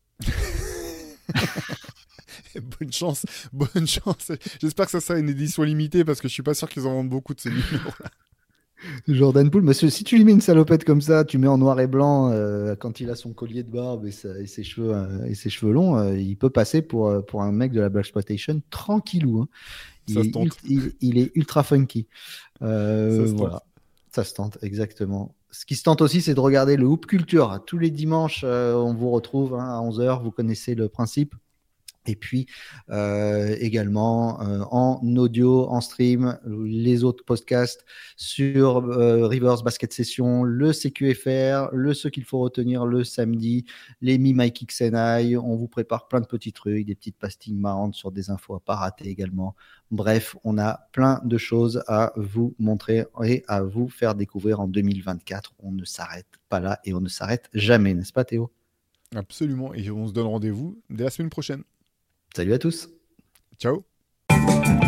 Bonne chance, bonne chance. J'espère que ça sera une édition limitée parce que je suis pas sûr qu'ils en vendent beaucoup de ces numéros. Jordan Poole, monsieur, si tu lui mets une salopette comme ça, tu mets en noir et blanc euh, quand il a son collier de barbe et, sa- et ses cheveux euh, et ses cheveux longs, euh, il peut passer pour euh, pour un mec de la Blaxploitation tranquillou. Hein. Il Ça est se tente, ult- il, il est ultra funky. ça Euh, se tente. voilà, ça se tente exactement. Ce qui se tente aussi, c'est de regarder le Hoop Culture. Tous les dimanches, euh, on vous retrouve hein, à onze heures. Vous connaissez le principe. Et puis euh, également euh, en audio, en stream, les autres podcasts sur euh, Rivers Basket Session, le C Q F R, le ce qu'il faut retenir le samedi, les Me My Kicks and I. On vous prépare plein de petits trucs, des petites pastilles marrantes sur des infos à pas rater également. Bref, on a plein de choses à vous montrer et à vous faire découvrir en deux mille vingt-quatre. On ne s'arrête pas là et on ne s'arrête jamais, n'est-ce pas Théo? Absolument. Et on se donne rendez-vous dès la semaine prochaine. Salut à tous. Ciao.